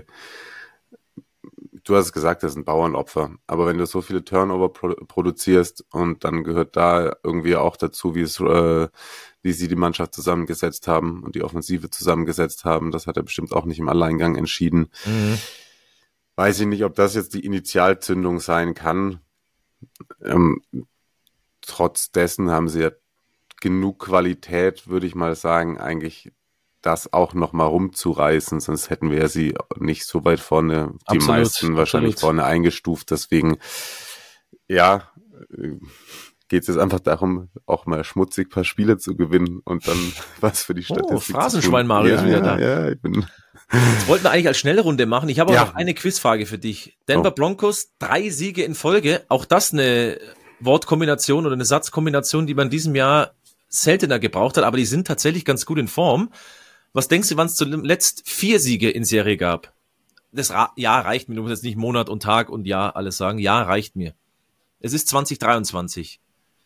du hast es gesagt, das ist ein Bauernopfer. Aber wenn du so viele Turnover pro- produzierst und dann gehört da irgendwie auch dazu, wie es, äh, wie sie die Mannschaft zusammengesetzt haben und die Offensive zusammengesetzt haben, das hat er bestimmt auch nicht im Alleingang entschieden. Mhm. Weiß ich nicht, ob das jetzt die Initialzündung sein kann. Ähm, trotz dessen haben sie ja genug Qualität, würde ich mal sagen, eigentlich das auch noch mal rumzureißen, sonst hätten wir sie nicht so weit vorne, die absolut, meisten wahrscheinlich absolut. vorne eingestuft. Deswegen, ja, geht es jetzt einfach darum, auch mal schmutzig ein paar Spiele zu gewinnen und dann was für die Statistik oh, Phrasenschwein Mario ja, ist wieder ja, da. Ja, ich bin Jetzt wollten wir eigentlich als Schnellrunde machen. Ich habe auch ja. noch eine Quizfrage für dich. Denver oh. Broncos, drei Siege in Folge. Auch das eine Wortkombination oder eine Satzkombination, die man in diesem Jahr seltener gebraucht hat, aber die sind tatsächlich ganz gut in Form. Was denkst du, wann es zuletzt vier Siege in Serie gab? Das Ra- Jahr reicht mir, du musst jetzt nicht Monat und Tag und Jahr alles sagen. Jahr reicht mir. Es ist zwanzig dreiundzwanzig.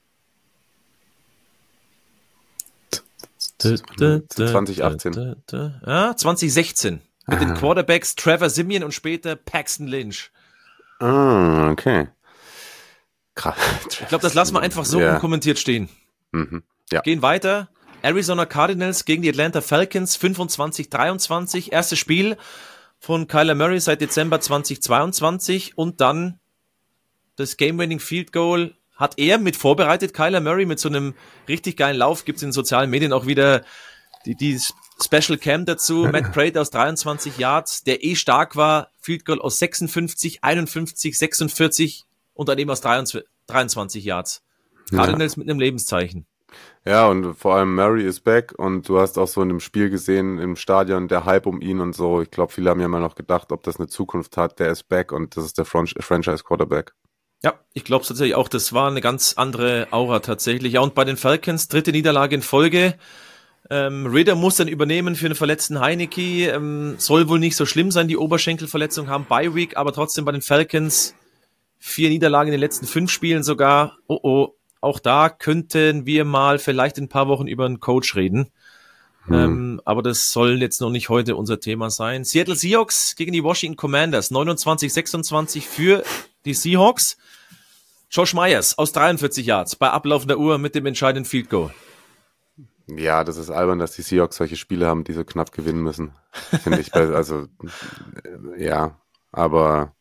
zwanzig achtzehn. Ja, zwanzig sechzehn. Mit ah. den Quarterbacks Trevor Siemian und später Paxton Lynch. Ah, okay. Krass. Ich glaube, das lassen wir einfach so ja. unkommentiert stehen. Mhm. Ja. Gehen weiter. Arizona Cardinals gegen die Atlanta Falcons, fünfundzwanzig dreiundzwanzig. Erstes Spiel von Kyler Murray seit Dezember zweitausendzweiundzwanzig. Und dann das Game-Winning Field Goal hat er mit vorbereitet, Kyler Murray, mit so einem richtig geilen Lauf. Gibt es in den sozialen Medien auch wieder die, die Special Cam dazu. Matt Prater aus dreiundzwanzig Yards, der eh stark war. Field Goal aus sechsundfünfzig, einundfünfzig, sechsundvierzig und dann eben aus dreiundzwanzig Yards. Cardinals ja. mit einem Lebenszeichen. Ja, und vor allem Murray ist back und du hast auch so in dem Spiel gesehen, im Stadion, der Hype um ihn und so. Ich glaube, viele haben ja mal noch gedacht, ob das eine Zukunft hat. Der ist back und das ist der Fran- Franchise-Quarterback. Ja, ich glaube es tatsächlich auch. Das war eine ganz andere Aura tatsächlich. Ja, und bei den Falcons, dritte Niederlage in Folge. Ähm, Ridder muss dann übernehmen für einen verletzten Heineke. Ähm, soll wohl nicht so schlimm sein, die Oberschenkelverletzung haben. Bye Week, aber trotzdem bei den Falcons vier Niederlagen in den letzten fünf Spielen sogar. Oh oh. Auch da könnten wir mal vielleicht in ein paar Wochen über einen Coach reden. Hm. Ähm, aber das soll jetzt noch nicht heute unser Thema sein. Seattle Seahawks gegen die Washington Commanders. neunundzwanzig sechsundzwanzig für die Seahawks. Josh Myers aus dreiundvierzig Yards bei ablaufender Uhr mit dem entscheidenden Field Goal. Ja, das ist albern, dass die Seahawks solche Spiele haben, die so knapp gewinnen müssen. Finde ich. Also, ja, aber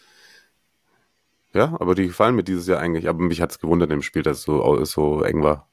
ja, aber die gefallen mir dieses Jahr eigentlich. Aber mich hat es gewundert im Spiel, dass es so, so eng war.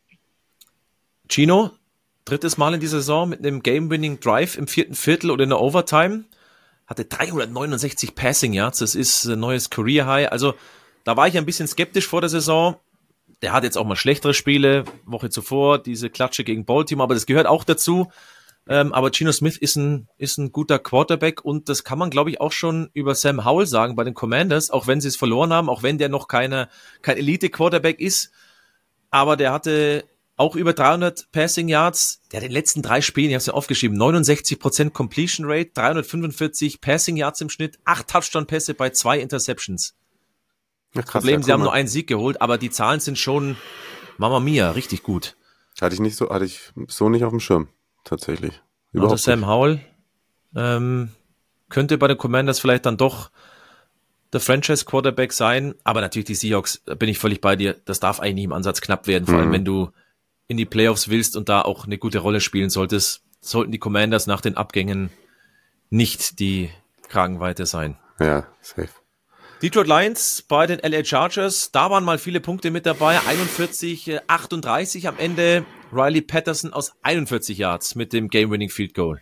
Gino, drittes Mal in dieser Saison mit einem Game-Winning Drive im vierten Viertel oder in der Overtime. Hatte dreihundertneunundsechzig Passing Yards. Das ist ein neues Career High. Also, da war ich ein bisschen skeptisch vor der Saison. Der hat jetzt auch mal schlechtere Spiele, Woche zuvor, diese Klatsche gegen Baltimore, aber das gehört auch dazu. Ähm, aber Geno Smith ist ein, ist ein guter Quarterback und das kann man, glaube ich, auch schon über Sam Howell sagen bei den Commanders, auch wenn sie es verloren haben, auch wenn der noch keine, kein Elite-Quarterback ist. Aber der hatte auch über dreihundert Passing Yards. Der hat in den letzten drei Spielen, ich habe es ja aufgeschrieben, neunundsechzig Prozent Completion Rate, dreihundertfünfundvierzig Passing Yards im Schnitt, acht Touchdown-Pässe bei zwei Interceptions. Ja, krass, Problem, ja, sie haben mal. nur einen Sieg geholt, aber die Zahlen sind schon, Mama Mia, richtig gut. Hatte ich nicht so, hatte ich so nicht auf dem Schirm, tatsächlich. Überhaupt also Sam nicht. Howell ähm, könnte bei den Commanders vielleicht dann doch der Franchise-Quarterback sein, aber natürlich die Seahawks, da bin ich völlig bei dir, das darf eigentlich nicht im Ansatz knapp werden, vor Mhm. allem wenn du in die Playoffs willst und da auch eine gute Rolle spielen solltest, sollten die Commanders nach den Abgängen nicht die Kragenweite sein. Ja, safe. Detroit Lions bei den L A Chargers, da waren mal viele Punkte mit dabei, einundvierzig achtunddreißig am Ende, Riley Patterson aus einundvierzig Yards mit dem Game-Winning Field Goal.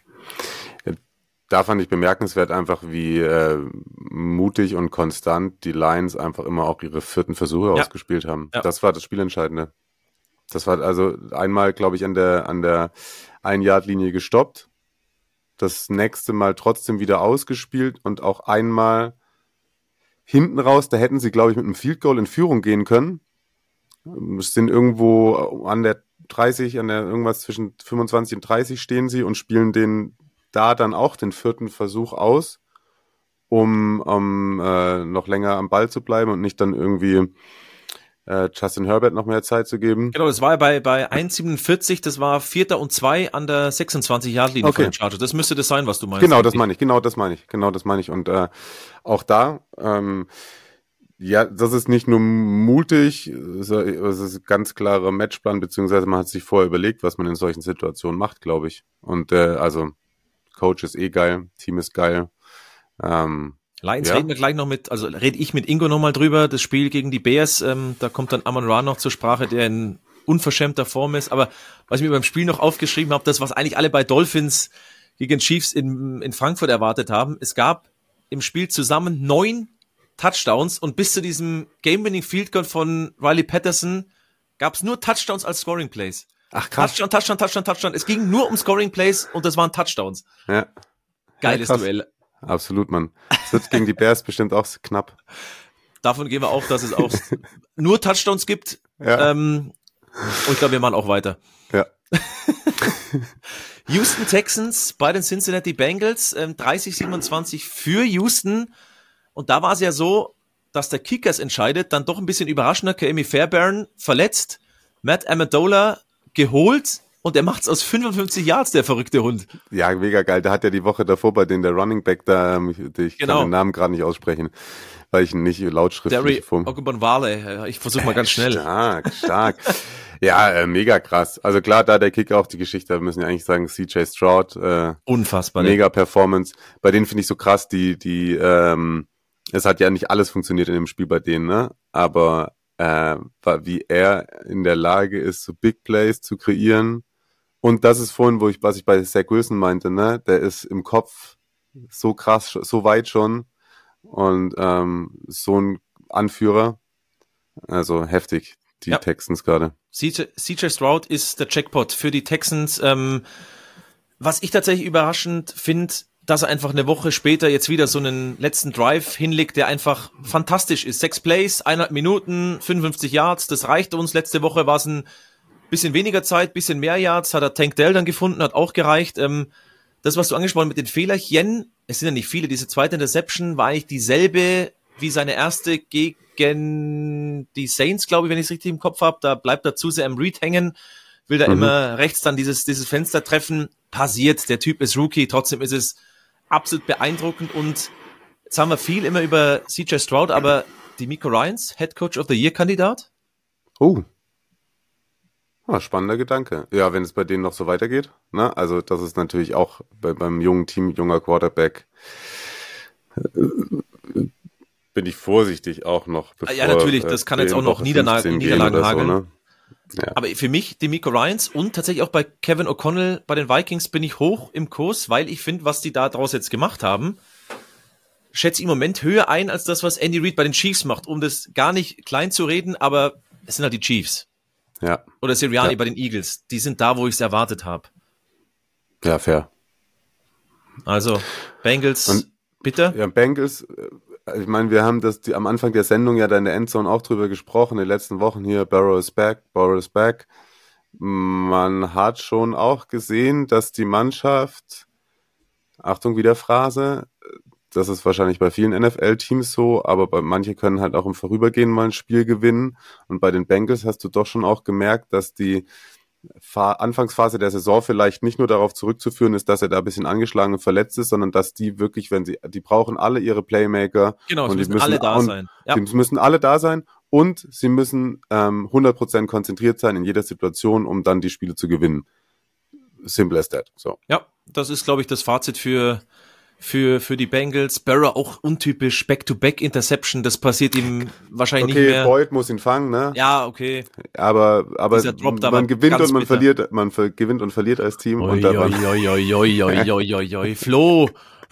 Da fand ich bemerkenswert einfach, wie äh, mutig und konstant die Lions einfach immer auch ihre vierten Versuche Ja. ausgespielt haben. Ja. Das war das Spielentscheidende. Das war also einmal, glaube ich, an der an der Ein-Yard-Linie gestoppt, das nächste Mal trotzdem wieder ausgespielt und auch einmal hinten raus, da hätten sie, glaube ich, mit einem Field Goal in Führung gehen können. Es sind irgendwo an der dreißig, an der irgendwas zwischen fünfundzwanzig und dreißig stehen sie und spielen den da dann auch den vierten Versuch aus, um, um äh, noch länger am Ball zu bleiben und nicht dann irgendwie äh, Justin Herbert noch mehr Zeit zu geben. Genau, das war ja bei, bei eins siebenundvierzig, das war Vierter und Zwei an der sechsundzwanzig-Yard-Linie Okay. von den Chargers. Das müsste das sein, was du meinst. Genau, das meine ich, genau das meine ich, genau das meine ich. Und äh, auch da, ähm, ja, das ist nicht nur mutig, es ist ein ganz klarer Matchplan, beziehungsweise man hat sich vorher überlegt, was man in solchen Situationen macht, glaube ich. Und äh, also Coach ist eh geil, Team ist geil. Ähm, Lions Ja. reden wir gleich noch mit, also rede ich mit Ingo nochmal drüber, das Spiel gegen die Bears, ähm, da kommt dann Amon-Ra noch zur Sprache, der in unverschämter Form ist, aber was ich mir beim Spiel noch aufgeschrieben habe, das, was eigentlich alle bei Dolphins gegen Chiefs in, in Frankfurt erwartet haben, es gab im Spiel zusammen neun Touchdowns und bis zu diesem Game-Winning Field Goal von Riley Patterson gab es nur Touchdowns als Scoring Plays. ach krass. Touchdown, Touchdown, Touchdown, Touchdown. Es ging nur um Scoring Plays und das waren Touchdowns. Ja. Geiles Ja, krass. Duell. Absolut, Mann. Es wird gegen die Bears bestimmt auch knapp. Davon gehen wir auch, dass es auch nur Touchdowns gibt. Ja. Ähm, und ich glaube, wir machen auch weiter. Ja. Houston Texans bei den Cincinnati Bengals, ähm, dreißig siebenundzwanzig für Houston. Und da war es ja so, dass der Kickers entscheidet, dann doch ein bisschen überraschender, Kaimi Fairbairn verletzt, Matt Amendola geholt und er macht's aus fünfundfünfzig Yards, der verrückte Hund. Ja, mega geil. Da hat ja die Woche davor bei denen der Running Back da, ähm, ich, ich Genau. kann den Namen gerade nicht aussprechen, weil ich ihn nicht lautschriftlich Derry vom... Ogunbowale, ich versuche mal ganz schnell. Stark, stark. Ja, äh, mega krass. Also klar, da der Kick auch die Geschichte, wir müssen ja eigentlich sagen, C J Stroud, äh, Unfassbar. mega Performance. Bei denen finde ich so krass, die, die, ähm, es hat ja nicht alles funktioniert in dem Spiel bei denen, ne? Aber äh, wie er in der Lage ist, so Big Plays zu kreieren. Und das ist vorhin, wo ich, was ich bei Zach Wilson meinte, ne? Der ist im Kopf so krass, so weit schon und ähm, so ein Anführer. Also heftig, die Ja. Texans gerade. C J Stroud ist der Jackpot für die Texans. Ähm, was ich tatsächlich überraschend finde, dass er einfach eine Woche später jetzt wieder so einen letzten Drive hinlegt, der einfach fantastisch ist. Sechs Plays, eineinhalb Minuten, fünfundfünfzig Yards, das reicht uns. Letzte Woche war es ein bisschen weniger Zeit, bisschen mehr Yards, hat er Tank Dell dann gefunden, hat auch gereicht. Ähm, das, was du angesprochen hast mit den Fehlerchen, es sind ja nicht viele, diese zweite Interception war eigentlich dieselbe wie seine erste gegen die Saints, glaube ich, wenn ich es richtig im Kopf habe. Da bleibt er zu sehr am Read hängen. will da Mhm. immer rechts dann dieses, dieses Fenster treffen. Passiert, der Typ ist Rookie, trotzdem ist es absolut beeindruckend. Und jetzt haben wir viel immer über C J Stroud, aber DeMeco Ryans, Head Coach of the Year Kandidat? Oh. Ah, spannender Gedanke. Ja, wenn es bei denen noch so weitergeht. Ne? Also das ist natürlich auch bei, beim jungen Team, junger Quarterback, äh, bin ich vorsichtig auch noch. Bevor, Ja, natürlich, das kann äh, jetzt auch noch Woche Niederlagen, fünfzehn gehen Niederlagen oder so, hageln. ne? Ja. Aber für mich, DeMeco Ryans und tatsächlich auch bei Kevin O'Connell bei den Vikings bin ich hoch im Kurs, weil ich finde, was die da draus jetzt gemacht haben, schätze ich im Moment höher ein, als das, was Andy Reid bei den Chiefs macht, um das gar nicht klein zu reden, aber es sind halt die Chiefs. Ja. Oder Sirianni Ja. bei den Eagles. Die sind da, wo ich es erwartet habe. Ja, fair. Also, Bengals, Und- bitte? Ja, Bengals, äh, ich meine, wir haben das die, am Anfang der Sendung ja da in der Endzone auch drüber gesprochen, in den letzten Wochen hier, Burrow is back, Burrow is back. Man hat schon auch gesehen, dass die Mannschaft, Achtung, wieder Phrase, das ist wahrscheinlich bei vielen N F L-Teams so, aber bei manche können halt auch im Vorübergehen mal ein Spiel gewinnen. Und bei den Bengals hast du doch schon auch gemerkt, dass die Fa- Anfangsphase der Saison vielleicht nicht nur darauf zurückzuführen ist, dass er da ein bisschen angeschlagen und verletzt ist, sondern dass die wirklich, wenn sie, die brauchen alle ihre Playmaker. Genau, es und die müssen alle da und sein. Ja. Die müssen alle da sein und sie müssen ähm, hundert Prozent konzentriert sein in jeder Situation, um dann die Spiele zu gewinnen. Simple as that. So. Ja, das ist, glaube ich, das Fazit für, für, für die Bengals. Burrow auch untypisch, Back-to-Back-Interception, das passiert ihm wahrscheinlich Okay, nicht mehr. Boyd muss ihn fangen, ne? Ja, okay. Aber, aber Dieser Drop da war man gewinnt ganz und man bitter. verliert, man ver gewinnt und verliert als Team. Oi, und da war, oi, oi, oi, oi, oi, oi, oi, oi. Flo.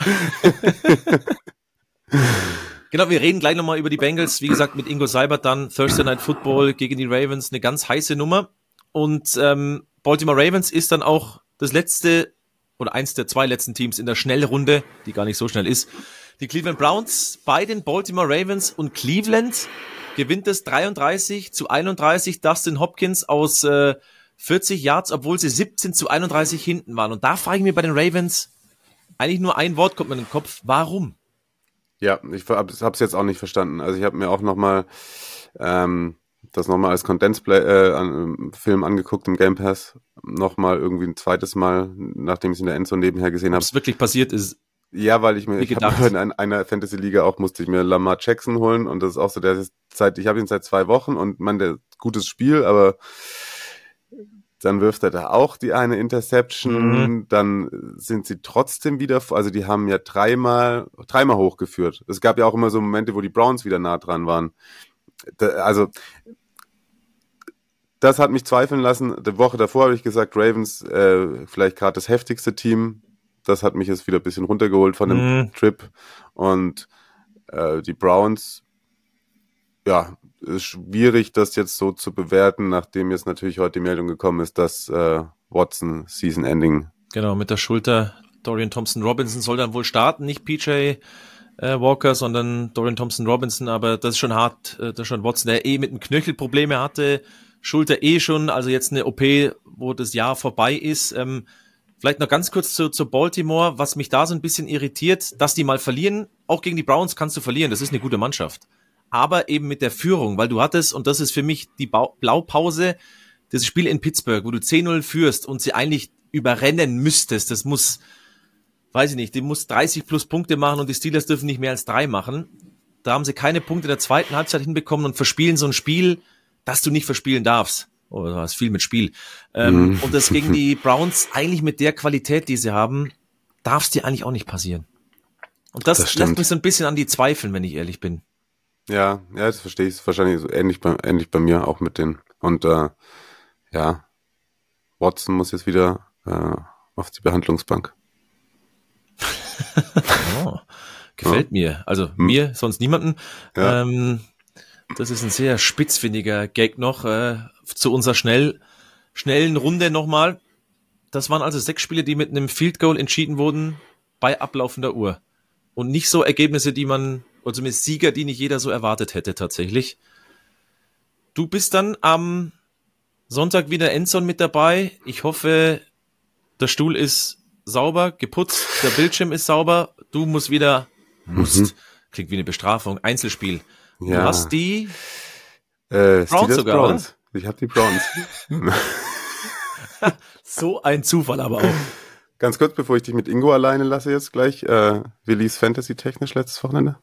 Genau, wir reden gleich nochmal über die Bengals. Wie gesagt, mit Ingo Seibert dann Thursday Night Football gegen die Ravens. Eine ganz heiße Nummer. Und ähm, Baltimore Ravens ist dann auch das letzte oder eins der zwei letzten Teams in der Schnellrunde, die gar nicht so schnell ist. Die Cleveland Browns bei den Baltimore Ravens und Cleveland gewinnt es dreiunddreißig zu einunddreißig. Dustin Hopkins aus äh, vierzig Yards, obwohl sie siebzehn zu einunddreißig hinten waren. Und da frage ich mich bei den Ravens, eigentlich nur ein Wort kommt mir in den Kopf. Warum? ja, ich habe es jetzt auch nicht verstanden. Also ich habe mir auch nochmal ähm, das nochmal als Condensed-Play, äh, an, Film angeguckt im Game Pass. Nochmal irgendwie ein zweites Mal, nachdem ich es in der Endzone nebenher gesehen habe. Was wirklich passiert ist. Ja, weil ich mir, Wie ich habe gedacht. in ein- einer Fantasy-Liga auch, musste ich mir Lamar Jackson holen und das ist auch so, der ist seit, ich habe ihn seit zwei Wochen und man, der gutes Spiel, aber dann wirft er da auch die eine Interception, Mhm. dann sind sie trotzdem wieder, also die haben ja dreimal, dreimal hochgeführt. Es gab ja auch immer so Momente, wo die Browns wieder nah dran waren. Da, also, das hat mich zweifeln lassen. Die Woche davor habe ich gesagt, Ravens, äh, vielleicht gerade das heftigste Team. Das hat mich jetzt wieder ein bisschen runtergeholt von dem Mhm. Trip. Und äh, die Browns, ja, ist schwierig, das jetzt so zu bewerten, nachdem jetzt natürlich heute die Meldung gekommen ist, dass äh, Watson Season Ending. Genau, mit der Schulter. Dorian Thompson-Robinson soll dann wohl starten, nicht P J äh, Walker, sondern Dorian Thompson-Robinson, aber das ist schon hart, äh, das ist schon Watson, der eh mit dem Knöchel Probleme hatte, Schulter eh schon, also jetzt eine O P, wo das Jahr vorbei ist. Ähm, vielleicht noch ganz kurz zu, zu Baltimore, was mich da so ein bisschen irritiert, dass die mal verlieren, auch gegen die Browns kannst du verlieren, das ist eine gute Mannschaft. Aber eben mit der Führung, weil du hattest, und das ist für mich die Bau- Blaupause, das Spiel in Pittsburgh, wo du zehn null führst und sie eigentlich überrennen müsstest, das muss, weiß ich nicht, die muss dreißig plus Punkte machen und die Steelers dürfen nicht mehr als drei machen. Da haben sie keine Punkte in der zweiten Halbzeit hinbekommen und verspielen so ein Spiel, das du nicht verspielen darfst. Oh, da ist viel mit Spiel. Ähm, Mhm. und das gegen die Browns, eigentlich mit der Qualität, die sie haben, darf es dir eigentlich auch nicht passieren. Und das, Das lässt stimmt. mich so ein bisschen an die zweifeln, wenn ich ehrlich bin. Ja, ja, das verstehe ich. Ist wahrscheinlich so ähnlich bei, ähnlich bei mir auch mit den. Und äh, ja, Watson muss jetzt wieder äh, auf die Behandlungsbank. Oh, gefällt mir. Also mir, sonst niemanden. Ja. Ähm, das ist ein sehr spitzfindiger Gag noch äh, zu unserer schnell, schnellen Runde nochmal. Das waren also sechs Spiele, die mit einem Field Goal entschieden wurden bei ablaufender Uhr. Und nicht so Ergebnisse, die man, oder zumindest Sieger, die nicht jeder so erwartet hätte tatsächlich. Du bist dann am Sonntag wieder Endzone mit dabei. Ich hoffe, der Stuhl ist sauber, geputzt, der Bildschirm ist sauber. Du musst wieder, musst, klingt wie eine Bestrafung, Einzelspiel. Du Ja. hast die, Äh, Browns Steelers, sogar, Browns. Ich habe die Browns. So ein Zufall aber auch. Ganz kurz, bevor ich dich mit Ingo alleine lasse jetzt gleich, äh, Willis Fantasy technisch letztes Wochenende?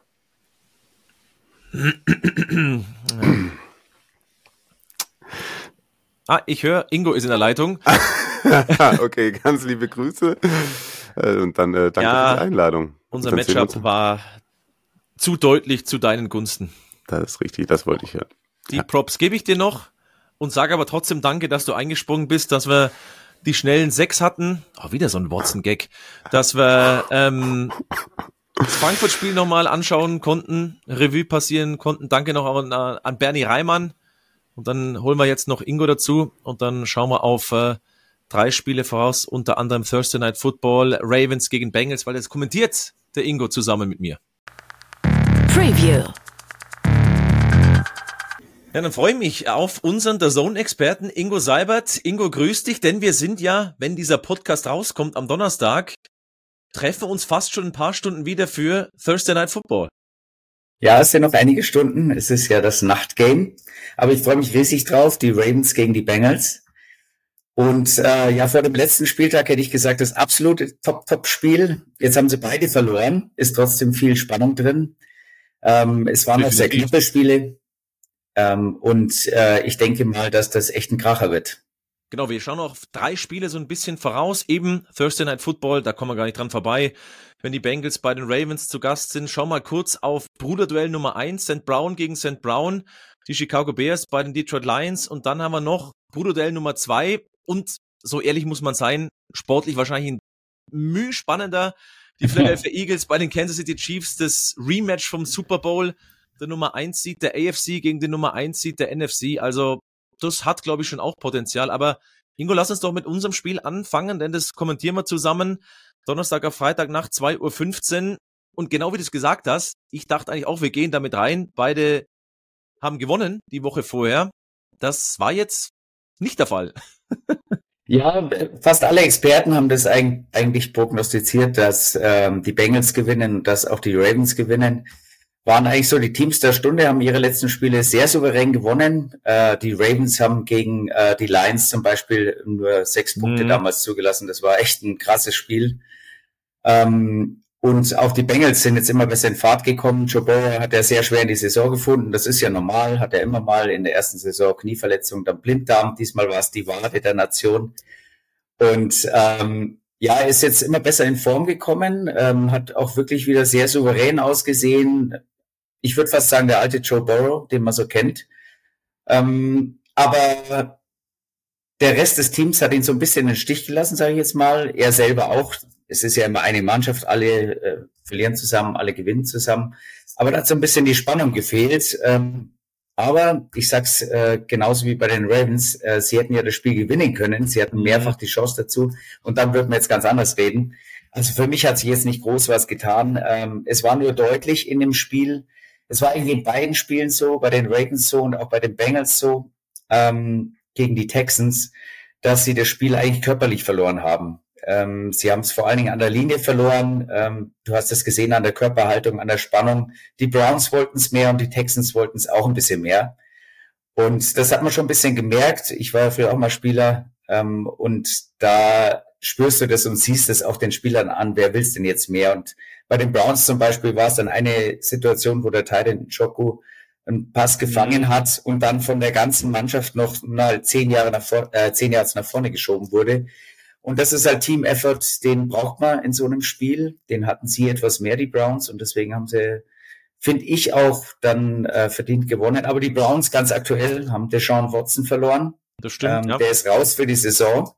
Ah, ich höre, Ingo ist in der Leitung. Okay, ganz liebe Grüße. Äh, und dann äh, danke Ja, für die Einladung. Unser Dann sehen wir Matchup uns. war zu deutlich zu deinen Gunsten. Das ist richtig, das wollte ich hören. Die Ja. Props gebe ich dir noch und sage aber trotzdem danke, dass du eingesprungen bist, dass wir die schnellen sechs hatten. Oh, wieder so ein Watson-Gag. Dass wir ähm, das Frankfurt-Spiel nochmal anschauen konnten, Revue passieren konnten. Danke noch an, an Bernie Reimann. Und dann holen wir jetzt noch Ingo dazu und dann schauen wir auf äh, drei Spiele voraus, unter anderem Thursday Night Football, Ravens gegen Bengals, weil das kommentiert der Ingo zusammen mit mir. Preview. Ja, dann freue ich mich auf unseren D A Z N-Experten Ingo Seibert. Ingo, grüß dich, denn wir sind ja, wenn dieser Podcast rauskommt am Donnerstag, treffen wir uns fast schon ein paar Stunden wieder für Thursday Night Football. Ja, es sind noch einige Stunden. Es ist ja das Nachtgame. Aber ich freue mich riesig drauf. Die Ravens gegen die Bengals. Und äh, ja, vor dem letzten Spieltag hätte ich gesagt, das absolute Top-Top-Spiel. Jetzt haben sie beide verloren. Ist trotzdem viel Spannung drin. Ähm, es waren auch sehr knappe Spiele. Ähm, und äh, ich denke mal, dass das echt ein Kracher wird. Genau, wir schauen auf drei Spiele so ein bisschen voraus. Eben Thursday Night Football, da kommen wir gar nicht dran vorbei. Wenn die Bengals bei den Ravens zu Gast sind, schau mal kurz auf Bruderduell Nummer eins, Saint Brown gegen Saint Brown, die Chicago Bears bei den Detroit Lions. Und dann haben wir noch Bruderduell Nummer zwei. Und so ehrlich muss man sein, sportlich wahrscheinlich ein Mühe spannender. Die Philadelphia Eagles bei den Kansas City Chiefs, das Rematch vom Super Bowl, der Nummer eins Seed der A F C gegen den Nummer eins Seed der N F C. Also das hat, glaube ich, schon auch Potenzial. Aber Ingo, lass uns doch mit unserem Spiel anfangen, denn das kommentieren wir zusammen. Donnerstag auf Freitag nach zwei Uhr fünfzehn. Und genau wie du es gesagt hast, ich dachte eigentlich auch, wir gehen damit rein. Beide haben gewonnen die Woche vorher. Das war jetzt nicht der Fall. Ja, fast alle Experten haben das eigentlich prognostiziert, dass ähm, die Bengals gewinnen und dass auch die Ravens gewinnen. Waren eigentlich so die Teams der Stunde, haben ihre letzten Spiele sehr souverän gewonnen. Äh, die Ravens haben gegen äh, die Lions zum Beispiel nur sechs Punkte Mhm. damals zugelassen. Das war echt ein krasses Spiel. Ähm, und auch die Bengals sind jetzt immer besser in Fahrt gekommen. Joe Burrow hat ja sehr schwer in die Saison gefunden. Das ist ja normal, hat er immer mal in der ersten Saison Knieverletzung, dann Blinddarm. Diesmal war es die Wade der Nation. Und ähm, ja, er ist jetzt immer besser in Form gekommen, ähm, hat auch wirklich wieder sehr souverän ausgesehen. Ich würde fast sagen, der alte Joe Burrow, den man so kennt. Ähm, aber der Rest des Teams hat ihn so ein bisschen in den Stich gelassen, sage ich jetzt mal. Er selber auch. Es ist ja immer eine Mannschaft, alle äh, verlieren zusammen, alle gewinnen zusammen. Aber da hat so ein bisschen die Spannung gefehlt. Ähm, aber ich sag's äh, genauso wie bei den Ravens, äh, sie hätten ja das Spiel gewinnen können. Sie hatten mehrfach die Chance dazu. Und dann würden wir jetzt ganz anders reden. Also für mich hat sich jetzt nicht groß was getan. Ähm, es war nur deutlich in dem Spiel. Es war irgendwie in beiden Spielen so, bei den Ravens so und auch bei den Bengals so, ähm, gegen die Texans, dass sie das Spiel eigentlich körperlich verloren haben. Ähm, sie haben es vor allen Dingen an der Linie verloren. Ähm, du hast es gesehen an der Körperhaltung, an der Spannung. Die Browns wollten es mehr und die Texans wollten es auch ein bisschen mehr. Und das hat man schon ein bisschen gemerkt. Ich war ja früher auch mal Spieler ähm, und da spürst du das und siehst es auch den Spielern an, wer will's denn jetzt mehr? Und bei den Browns zum Beispiel war es dann eine Situation, wo der Titan Njoku einen Pass gefangen hat und dann von der ganzen Mannschaft noch mal zehn Jahre nach vor, äh, zehn Jahre nach vorne geschoben wurde. Und das ist halt Team-Effort, den braucht man in so einem Spiel. Den hatten sie etwas mehr, die Browns, und deswegen haben sie, finde ich, auch dann äh, verdient gewonnen. Aber die Browns ganz aktuell haben Deshaun Watson verloren. Das stimmt, ähm, ja. Der ist raus für die Saison.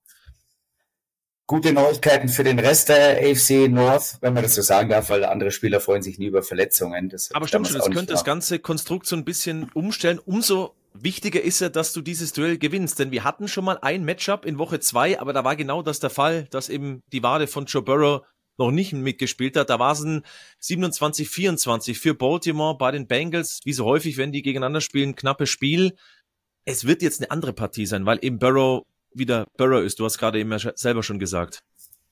Gute Neuigkeiten für den Rest der A F C North, wenn man das so sagen darf, weil andere Spieler freuen sich nie über Verletzungen. Das Aber stimmt schon, damals das auch könnte nicht das ganze Konstrukt so ein bisschen umstellen. Umso wichtiger ist ja, dass du dieses Duell gewinnst. Denn wir hatten schon mal ein Matchup in Woche zwei, aber da war genau das der Fall, dass eben die Wade von Joe Burrow noch nicht mitgespielt hat. Da war es ein siebenundzwanzig vierundzwanzig für Baltimore bei den Bengals. Wie so häufig, wenn die gegeneinander spielen, knappes Spiel. Es wird jetzt eine andere Partie sein, weil eben Burrow wieder Burrow ist. Du hast gerade eben selber schon gesagt.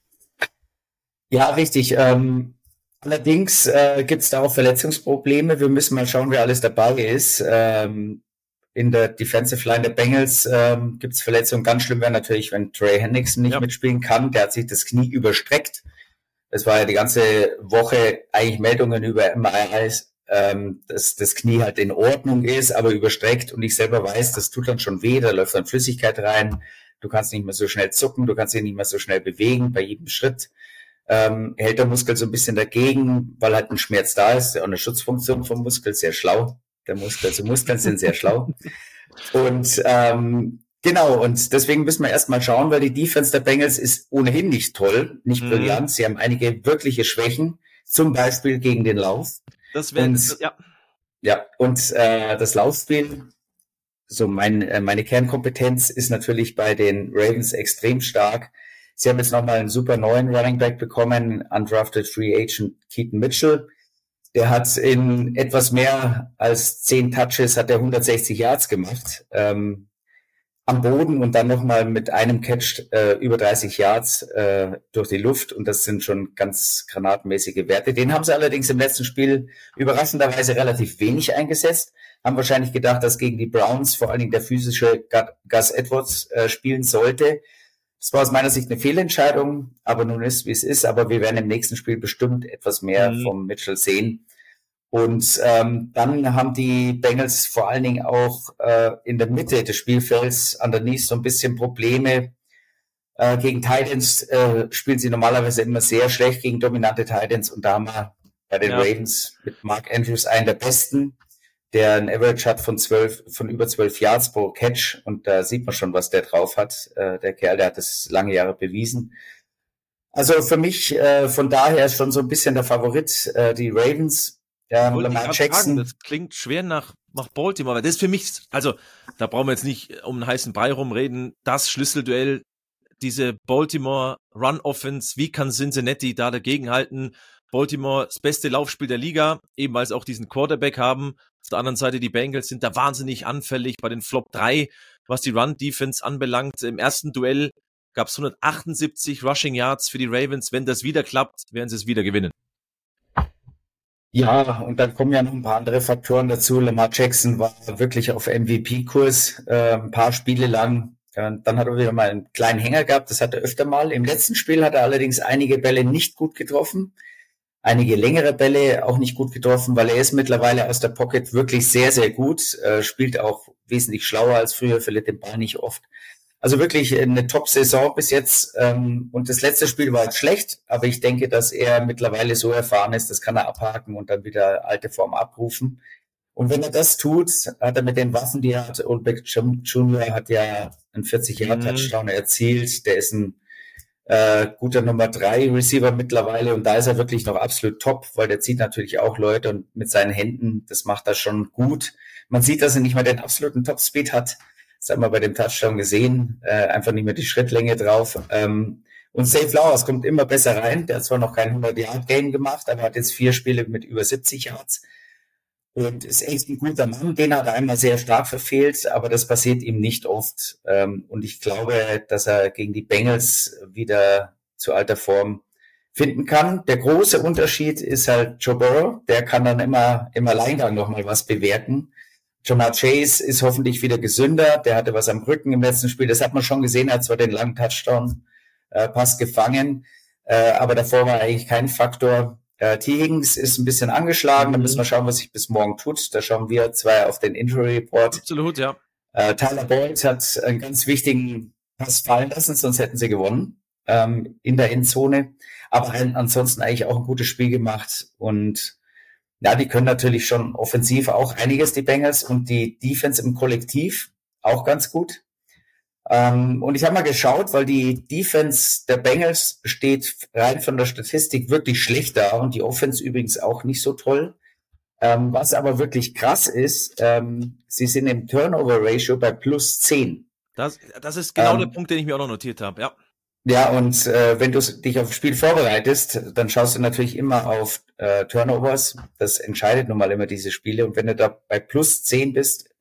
Ja, richtig. Ähm, allerdings äh, gibt es da auch Verletzungsprobleme. Wir müssen mal schauen, wer alles dabei ist. Ähm, in der Defensive Line der Bengals ähm, gibt es Verletzungen. Ganz schlimm wäre natürlich, wenn Trey Hendrickson nicht ja. mitspielen kann. Der hat sich das Knie überstreckt. Es war ja die ganze Woche eigentlich Meldungen über M R Is, ähm, dass das Knie halt in Ordnung ist, aber überstreckt. Und ich selber weiß, das tut dann schon weh, da läuft dann Flüssigkeit rein. Du kannst nicht mehr so schnell zucken, du kannst dich nicht mehr so schnell bewegen bei jedem Schritt. Ähm, hält der Muskel so ein bisschen dagegen, weil halt ein Schmerz da ist. Auch eine Schutzfunktion vom Muskel, sehr schlau. Der Muskel, also Muskeln sind sehr schlau. Und ähm, genau, und deswegen müssen wir erstmal schauen, weil die Defense der Bengals ist ohnehin nicht toll, nicht mhm. brillant. Sie haben einige wirkliche Schwächen, zum Beispiel gegen den Lauf. Das wäre, ja. Ja, und äh, das Laufspiel, so mein, äh, meine Kernkompetenz ist natürlich bei den Ravens extrem stark. Sie haben jetzt nochmal einen super neuen Running Back bekommen, undrafted Free Agent Keaton Mitchell. Der hat in etwas mehr als zehn Touches, hat er hundertsechzig Yards gemacht ähm, am Boden und dann nochmal mit einem Catch äh, über dreißig Yards äh, durch die Luft. Und das sind schon ganz granatenmäßige Werte. Den haben sie allerdings im letzten Spiel überraschenderweise relativ wenig eingesetzt. Haben wahrscheinlich gedacht, dass gegen die Browns vor allen Dingen der physische Gus Edwards äh, spielen sollte. Das war aus meiner Sicht eine Fehlentscheidung, aber nun ist, wie es ist. Aber wir werden im nächsten Spiel bestimmt etwas mehr mhm. vom Mitchell sehen. Und ähm, dann haben die Bengals vor allen Dingen auch äh, in der Mitte des Spielfelds underneath so ein bisschen Probleme. Äh, gegen Titans äh, spielen sie normalerweise immer sehr schlecht gegen dominante Titans. Und da haben wir bei den ja. Ravens mit Mark Andrews einen der besten, der ein Average hat von zwölf, von über zwölf Yards pro Catch. Und da sieht man schon, was der drauf hat. Äh, der Kerl, der hat das lange Jahre bewiesen. Also für mich äh, von daher ist schon so ein bisschen der Favorit, äh, die Ravens. Ähm, Lamar Jackson. Sagen, das klingt schwer nach, nach Baltimore, aber das ist für mich, also da brauchen wir jetzt nicht um einen heißen Brei rumreden, das Schlüsselduell, diese Baltimore Run Offense, wie kann Cincinnati da dagegenhalten? Baltimore, das beste Laufspiel der Liga, eben weil sie auch diesen Quarterback haben. Auf der anderen Seite die Bengals sind da wahnsinnig anfällig bei den Flop drei, was die Run-Defense anbelangt. Im ersten Duell gab es hundertachtundsiebzig Rushing Yards für die Ravens. Wenn das wieder klappt, werden sie es wieder gewinnen. Ja, und dann kommen ja noch ein paar andere Faktoren dazu. Lamar Jackson war wirklich auf M V P-Kurs, äh, ein paar Spiele lang. Äh, dann hat er wieder mal einen kleinen Hänger gehabt, das hat er öfter mal. Im letzten Spiel hat er allerdings einige Bälle nicht gut getroffen. Einige längere Bälle auch nicht gut getroffen, weil er ist mittlerweile aus der Pocket wirklich sehr, sehr gut. Äh, spielt auch wesentlich schlauer als früher, verliert den Ball nicht oft. Also wirklich eine Top-Saison bis jetzt. Ähm, und das letzte Spiel war jetzt schlecht, aber ich denke, dass er mittlerweile so erfahren ist, das kann er abhaken und dann wieder alte Form abrufen. Und wenn er das tut, hat er mit den Waffen, die er hat, Old Beck Junior hat ja einen vierzig-Yard-Touchdown erzielt. Der ist ein äh, guter Nummer drei Receiver mittlerweile und da ist er wirklich noch absolut top, weil der zieht natürlich auch Leute und mit seinen Händen, das macht er schon gut. Man sieht, dass er nicht mal den absoluten Top-Speed hat. Das haben wir bei dem Touchdown gesehen, äh, einfach nicht mehr die Schrittlänge drauf. Ähm, und Zay Flowers kommt immer besser rein. Der hat zwar noch kein hundert-Yard-Game gemacht, aber hat jetzt vier Spiele mit über siebzig Yards. Und ist echt ein guter Mann. Den hat er einmal sehr stark verfehlt, aber das passiert ihm nicht oft. Ähm, und ich glaube, dass er gegen die Bengals wieder zu alter Form finden kann. Der große Unterschied ist halt Joe Burrow. Der kann dann immer im Alleingang nochmal was bewirken. Jamar Chase ist hoffentlich wieder gesünder. Der hatte was am Rücken im letzten Spiel. Das hat man schon gesehen. Er hat zwar den langen Touchdown-Pass äh, gefangen, äh, aber davor war eigentlich kein Faktor. Äh, T. Higgins ist ein bisschen angeschlagen. Mhm. Da müssen wir schauen, was sich bis morgen tut. Da schauen wir zwei auf den Injury Report. Absolut, ja. Äh, Tyler Boyd hat einen ganz wichtigen Pass fallen lassen, sonst hätten sie gewonnen ähm, in der Endzone. Aber ansonsten eigentlich auch ein gutes Spiel gemacht und ja, die können natürlich schon offensiv auch einiges, die Bengals, und die Defense im Kollektiv auch ganz gut. Ähm, und ich habe mal geschaut, weil die Defense der Bengals steht rein von der Statistik wirklich schlecht da und die Offense übrigens auch nicht so toll. Ähm, was aber wirklich krass ist, ähm, sie sind im Turnover-Ratio bei plus zehn. Das, das ist genau ähm, der Punkt, den ich mir auch noch notiert habe, ja. Ja, und äh, wenn du dich auf das Spiel vorbereitest, dann schaust du natürlich immer auf äh, Turnovers. Das entscheidet nun mal immer diese Spiele. Und wenn du da bei plus zehn bist,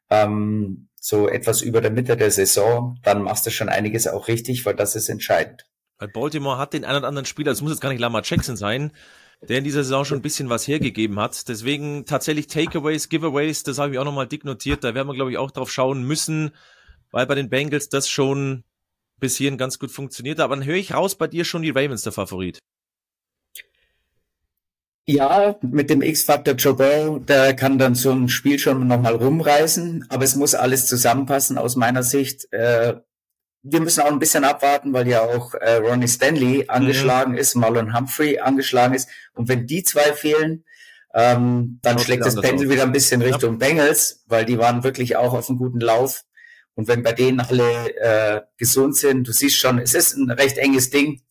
ähm, so etwas über der Mitte der Saison, dann machst du schon einiges auch richtig, weil das ist entscheidend. Weil Baltimore hat den einen oder anderen Spieler, das muss jetzt gar nicht Lamar Jackson sein, der in dieser Saison schon ein bisschen was hergegeben hat. Deswegen tatsächlich Takeaways, Giveaways, das habe ich auch nochmal dick notiert. Da werden wir, glaube ich, auch drauf schauen müssen, weil bei den Bengals das schon bis hierhin ganz gut funktioniert. Aber dann höre ich raus, bei dir schon die Ravens der Favorit. Ja, mit dem X-Faktor Joe Burrow, der kann dann so ein Spiel schon nochmal rumreißen, aber es muss alles zusammenpassen aus meiner Sicht. Äh, wir müssen auch ein bisschen abwarten, weil ja auch äh, Ronnie Stanley angeschlagen mhm. ist, Marlon Humphrey angeschlagen ist. Und wenn die zwei fehlen, ähm, dann schlägt das Pendel aus. wieder ein bisschen Richtung ja. Bengals, weil die waren wirklich auch auf einem guten Lauf. Und wenn bei denen alle äh, gesund sind, du siehst schon, es ist ein recht enges Ding.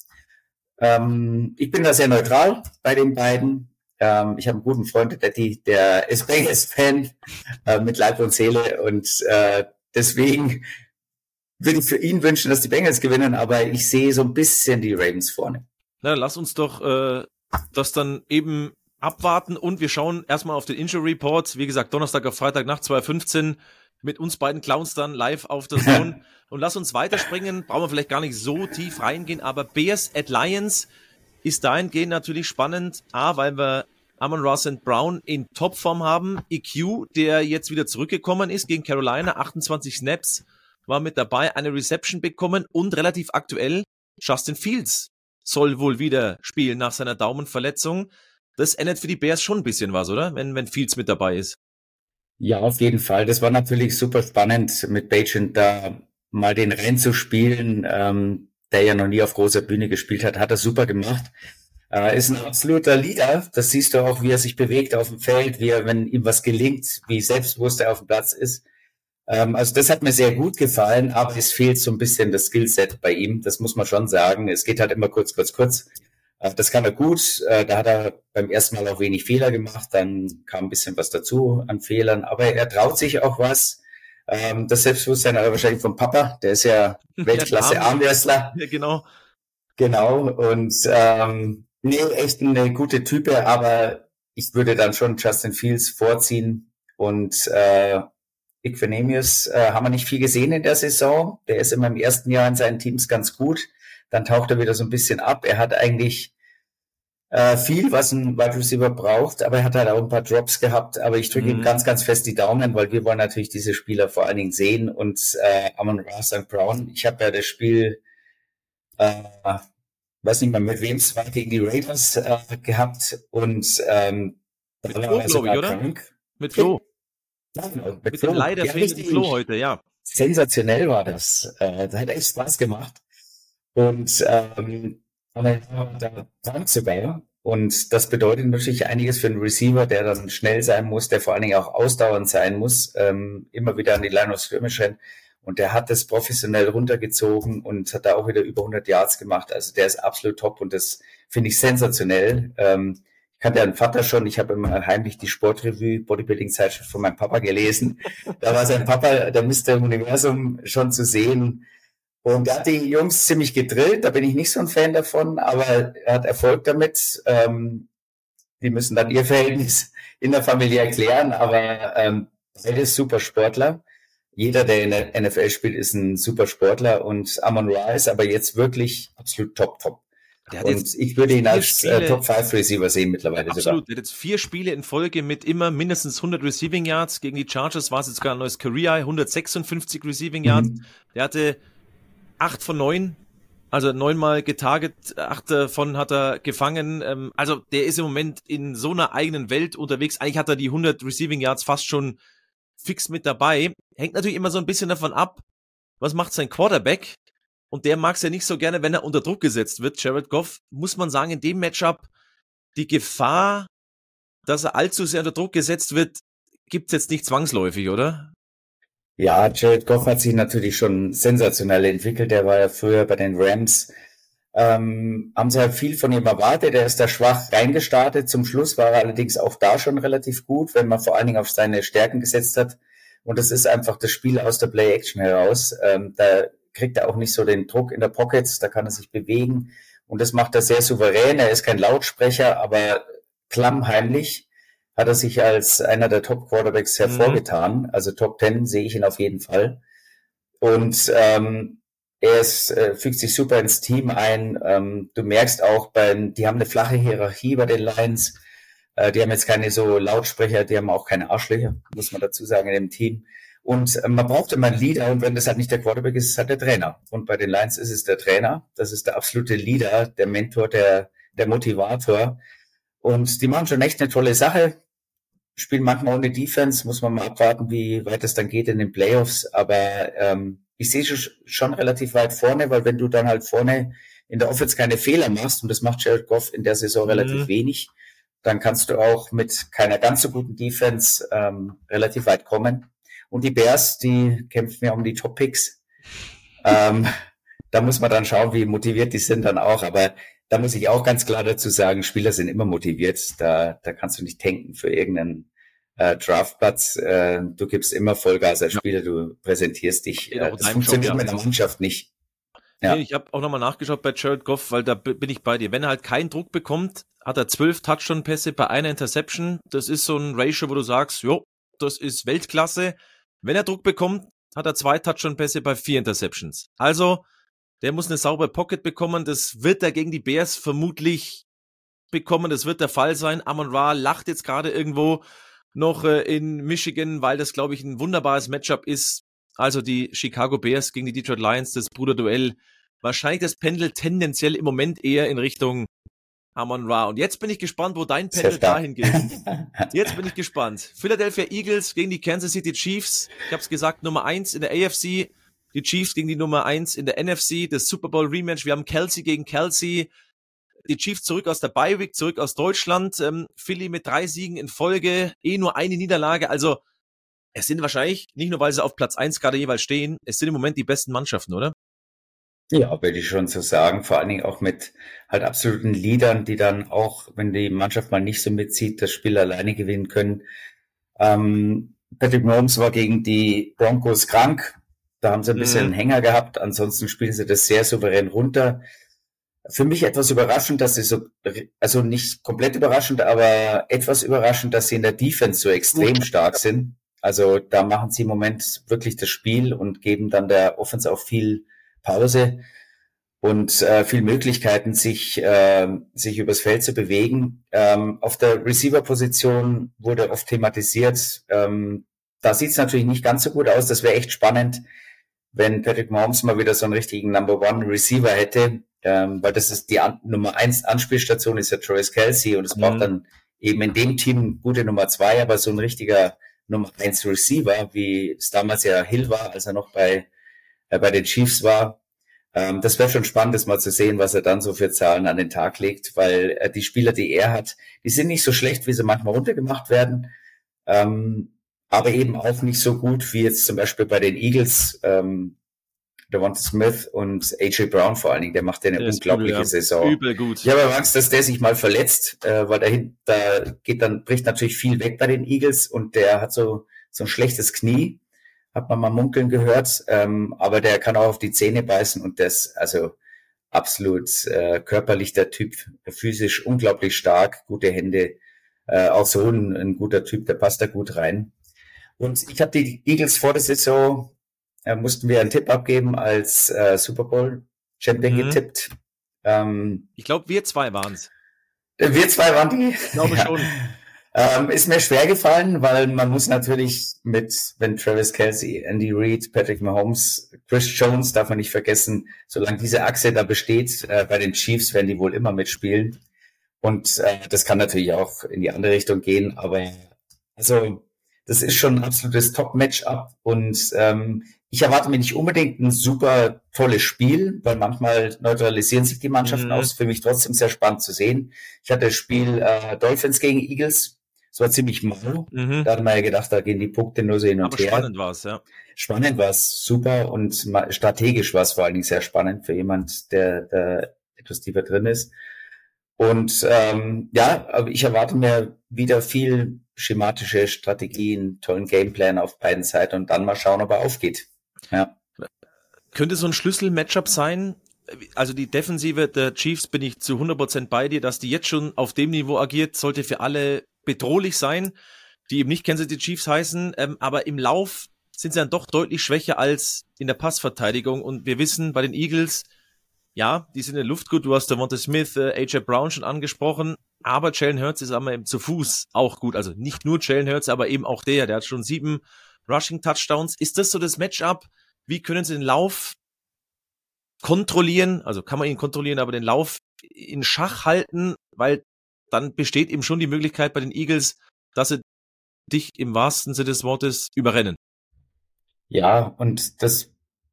Ähm, ich bin da sehr neutral bei den beiden. Ähm, ich habe einen guten Freund, der, der ist Bengals-Fan äh, mit Leib und Seele und äh, deswegen würde ich für ihn wünschen, dass die Bengals gewinnen, aber ich sehe so ein bisschen die Ravens vorne. Na, lass uns doch äh, das dann eben abwarten und wir schauen erstmal auf den Injury Report. Wie gesagt, Donnerstag auf Freitag nach zwei Uhr fünfzehn mit uns beiden Clowns dann live auf der Zone. Und lass uns weiterspringen, brauchen wir vielleicht gar nicht so tief reingehen, aber Bears at Lions ist dahingehend natürlich spannend. A, weil wir Amon-Ra Saint Brown in Topform haben. E Q, der jetzt wieder zurückgekommen ist gegen Carolina, achtundzwanzig Snaps, war mit dabei, eine Reception bekommen und relativ aktuell Justin Fields soll wohl wieder spielen nach seiner Daumenverletzung. Das ändert für die Bears schon ein bisschen was, oder? Wenn, wenn Fields mit dabei ist. Ja, auf jeden Fall. Das war natürlich super spannend, mit Bagent da mal den reinzuspielen, ähm, der ja noch nie auf großer Bühne gespielt hat, hat er super gemacht. Äh, ist ein absoluter Leader. Das siehst du auch, wie er sich bewegt auf dem Feld, wie er, wenn ihm was gelingt, wie selbstbewusst er auf dem Platz ist. Ähm, also das hat mir sehr gut gefallen, aber es fehlt so ein bisschen das Skillset bei ihm. Das muss man schon sagen. Es geht halt immer kurz, kurz, kurz. Äh, das kann er gut. Äh, da hat er beim ersten Mal auch wenig Fehler gemacht. Dann kam ein bisschen was dazu an Fehlern. Aber er traut sich auch was. Ähm, das Selbstbewusstsein aber wahrscheinlich vom Papa, der ist ja Weltklasse-Armwrestler. Ja, genau. Genau, und ähm, nee, echt eine gute Type, aber ich würde dann schon Justin Fields vorziehen und äh, Equanimeous äh, haben wir nicht viel gesehen in der Saison. Der ist immer im ersten Jahr in seinen Teams ganz gut, dann taucht er wieder so ein bisschen ab. Er hat eigentlich Äh, viel, was ein Wide Receiver braucht, aber er hat halt auch ein paar Drops gehabt, aber ich drücke mhm. ihm ganz, ganz fest die Daumen, weil wir wollen natürlich diese Spieler vor allen Dingen sehen und äh, Amon-Ra Saint Brown, ich habe ja das Spiel äh, weiß nicht mehr mit wem es war, gegen die Raiders äh, gehabt und ähm, mit Flo, glaube ich, oder? Krank. Mit Flo. Ja, genau, mit, mit Flo. dem leider ja, fehlenden Flo heute, ja. Sensationell war das. Äh, da hat echt Spaß gemacht und ähm, aber da krank sogar. Und das bedeutet natürlich einiges für einen Receiver, der dann schnell sein muss, der vor allen Dingen auch ausdauernd sein muss, ähm, immer wieder an die Line of Scrimmage rennt. Und der hat das professionell runtergezogen und hat da auch wieder über hundert Yards gemacht. Also der ist absolut top und das finde ich sensationell. Ähm, ich kannte ja einen Vater schon, ich habe immer heimlich die Sportrevue, Bodybuilding-Zeitschrift von meinem Papa gelesen. Da war sein Papa, der Mister Universum, schon zu sehen. Und er hat die Jungs ziemlich gedrillt, da bin ich nicht so ein Fan davon, aber er hat Erfolg damit. Ähm, die müssen dann ihr Verhältnis in der Familie erklären, aber ähm, beide ist super Sportler. Jeder, der in der N F L spielt, ist ein super Sportler und Amon-Ra ist aber jetzt wirklich absolut top, top. Und ich würde ihn als äh, Top fünf Receiver sehen mittlerweile absolut. sogar. Absolut, er hat jetzt vier Spiele in Folge mit immer mindestens hundert Receiving Yards. Gegen die Chargers war es jetzt sogar ein neues Career High, hundertsechsundfünfzig Receiving Yards. Mhm. Der hatte acht von neun, also neunmal getarget, acht davon hat er gefangen. Ähm, also der ist im Moment in so einer eigenen Welt unterwegs. Eigentlich hat er die hundert Receiving Yards fast schon fix mit dabei. Hängt natürlich immer so ein bisschen davon ab, was macht sein Quarterback. Und der mag es ja nicht so gerne, wenn er unter Druck gesetzt wird. Jared Goff, muss man sagen, in dem Matchup, die Gefahr, dass er allzu sehr unter Druck gesetzt wird, gibt's jetzt nicht zwangsläufig, oder? Ja, Jared Goff hat sich natürlich schon sensationell entwickelt. Der war ja früher bei den Rams. Ähm, haben sie halt viel von ihm erwartet. Er ist da schwach reingestartet. Zum Schluss war er allerdings auch da schon relativ gut, wenn man vor allen Dingen auf seine Stärken gesetzt hat. Und das ist einfach das Spiel aus der Play-Action heraus. Ähm, da kriegt er auch nicht so den Druck in der Pocket. Da kann er sich bewegen. Und das macht er sehr souverän. Er ist kein Lautsprecher, aber klammheimlich hat er sich als einer der Top-Quarterbacks hervorgetan. Mhm. Also Top Ten sehe ich ihn auf jeden Fall. Und ähm, er ist, äh, fügt sich super ins Team ein. Ähm, du merkst auch, beim, die haben eine flache Hierarchie bei den Lions. Äh, die haben jetzt keine so Lautsprecher, die haben auch keine Arschlöcher, muss man dazu sagen, in dem Team. Und äh, man braucht immer einen Leader, und wenn das halt nicht der Quarterback ist, ist es halt der Trainer. Und bei den Lions ist es der Trainer. Das ist der absolute Leader, der Mentor, der, der Motivator. Und die machen schon echt eine tolle Sache. Spielen manchmal ohne Defense, muss man mal abwarten, wie weit es dann geht in den Playoffs. Aber ähm, ich sehe schon, schon relativ weit vorne, weil wenn du dann halt vorne in der Offense keine Fehler machst, und das macht Jared Goff in der Saison mhm. relativ wenig, dann kannst du auch mit keiner ganz so guten Defense ähm, relativ weit kommen. Und die Bears, die kämpfen ja um die Top-Picks. ähm, da muss man dann schauen, wie motiviert die sind dann auch. Aber da muss ich auch ganz klar dazu sagen, Spieler sind immer motiviert. Da, da kannst du nicht tanken für irgendeinen äh, Draftplatz. Äh, du gibst immer Vollgas als Spieler, du präsentierst dich. Äh, das funktioniert mit der Mannschaft nicht. Ja. Nee, ich habe auch nochmal nachgeschaut bei Jared Goff, weil da bin ich bei dir. Wenn er halt keinen Druck bekommt, hat er zwölf Touchdown-Pässe bei einer Interception. Das ist so ein Ratio, wo du sagst, jo, das ist Weltklasse. Wenn er Druck bekommt, hat er zwei Touchdown-Pässe bei vier Interceptions. Also, der muss eine saubere Pocket bekommen. Das wird er gegen die Bears vermutlich bekommen. Das wird der Fall sein. Amon-Ra lacht jetzt gerade irgendwo noch äh, in Michigan, weil das, glaube ich, ein wunderbares Matchup ist. Also die Chicago Bears gegen die Detroit Lions, das Bruderduell. Wahrscheinlich das Pendel tendenziell im Moment eher in Richtung Amon-Ra. Und jetzt bin ich gespannt, wo dein Pendel dahin geht. Jetzt bin ich gespannt. Philadelphia Eagles gegen die Kansas City Chiefs. Ich habe es gesagt, Nummer eins in der A F C. Die Chiefs gegen die Nummer eins in der N F C. Das Super Bowl Rematch. Wir haben Kelsey gegen Kelsey. Die Chiefs zurück aus der Bye-Week, zurück aus Deutschland. Ähm, Philly mit drei Siegen in Folge. Eh nur eine Niederlage. Also es sind wahrscheinlich, nicht nur weil sie auf Platz eins gerade jeweils stehen, es sind im Moment die besten Mannschaften, oder? Ja, würde ich schon so sagen. Vor allen Dingen auch mit halt absoluten Leadern, die dann auch, wenn die Mannschaft mal nicht so mitzieht, das Spiel alleine gewinnen können. Ähm, Patrick Mahomes war gegen die Broncos krank. Da haben sie ein bisschen mhm. einen Hänger gehabt. Ansonsten spielen sie das sehr souverän runter. Für mich etwas überraschend, dass sie so, also nicht komplett überraschend, aber etwas überraschend, dass sie in der Defense so extrem stark sind. Also da machen sie im Moment wirklich das Spiel und geben dann der Offense auch viel Pause und äh, viel Möglichkeiten, sich äh, sich übers Feld zu bewegen. Ähm, auf der Receiver-Position wurde oft thematisiert. Ähm, da sieht es natürlich nicht ganz so gut aus. Das wäre echt spannend, wenn Patrick Mahomes mal wieder so einen richtigen Number One Receiver hätte, ähm, weil das ist die An- Nummer eins Anspielstation ist ja Travis Kelsey und es mhm. braucht dann eben in dem Team gute Nummer zwei, aber so ein richtiger Nummer eins Receiver, wie es damals ja Hill war, als er noch bei äh, bei den Chiefs war. Ähm, das wäre schon spannend, das mal zu sehen, was er dann so für Zahlen an den Tag legt, weil äh, die Spieler, die er hat, die sind nicht so schlecht, wie sie manchmal runtergemacht werden, ähm, aber eben auch nicht so gut, wie jetzt zum Beispiel bei den Eagles, ähm, Devonta Smith und A J Brown vor allen Dingen, der macht ja eine unglaubliche übel, ja. Saison. Übel gut. Ich habe aber Angst, dass der sich mal verletzt, äh, weil dahinter geht dann, bricht natürlich viel weg bei den Eagles und der hat so, so ein schlechtes Knie, hat man mal munkeln gehört, ähm, aber der kann auch auf die Zähne beißen und das, also absolut äh, körperlich der Typ, physisch unglaublich stark, gute Hände, äh, auch so ein, ein guter Typ, der passt da gut rein. Und ich habe die Eagles vor der Saison, äh, mussten wir einen Tipp abgeben als äh, Super Bowl Champion mhm. getippt. Ähm, ich glaube, wir zwei waren's. Wir zwei waren die. Ich glaube ja. schon. Ähm, ist mir schwer gefallen, weil man muss natürlich mit, wenn Travis Kelsey, Andy Reid, Patrick Mahomes, Chris Jones, darf man nicht vergessen, solange diese Achse da besteht, äh, bei den Chiefs werden die wohl immer mitspielen. Und äh, das kann natürlich auch in die andere Richtung gehen, aber also das ist schon ein absolutes Top-Matchup und ähm, ich erwarte mir nicht unbedingt ein super tolles Spiel, weil manchmal neutralisieren sich die Mannschaften mhm. aus. Für mich trotzdem sehr spannend zu sehen. Ich hatte das Spiel äh, Dolphins gegen Eagles. Das war ziemlich mau. Mhm. Da hat man ja gedacht, da gehen die Punkte nur so hin und Aber her. Spannend war es, ja. Spannend war es, super. Und strategisch war es vor allen Dingen sehr spannend für jemand, der, der etwas tiefer drin ist. Und ähm, ja, aber ich erwarte mir wieder viel schematische Strategien, tollen Gameplan auf beiden Seiten und dann mal schauen, ob er aufgeht. Ja. Könnte so ein Schlüssel-Matchup sein? Also die Defensive der Chiefs bin ich zu hundert Prozent bei dir, dass die jetzt schon auf dem Niveau agiert, sollte für alle bedrohlich sein, die eben nicht Kansas City Chiefs heißen, ähm, aber im Lauf sind sie dann doch deutlich schwächer als in der Passverteidigung. Und wir wissen, bei den Eagles, ja, die sind in der Luft gut. Du hast Devonta Smith, äh, A J Brown schon angesprochen. Aber Jalen Hurts ist aber eben zu Fuß auch gut. Also nicht nur Jalen Hurts, aber eben auch der. Der hat schon sieben Rushing-Touchdowns. Ist das so das Matchup? Wie können sie den Lauf kontrollieren? Also kann man ihn kontrollieren, aber den Lauf in Schach halten? Weil dann besteht eben schon die Möglichkeit bei den Eagles, dass sie dich im wahrsten Sinne des Wortes überrennen. Ja, und das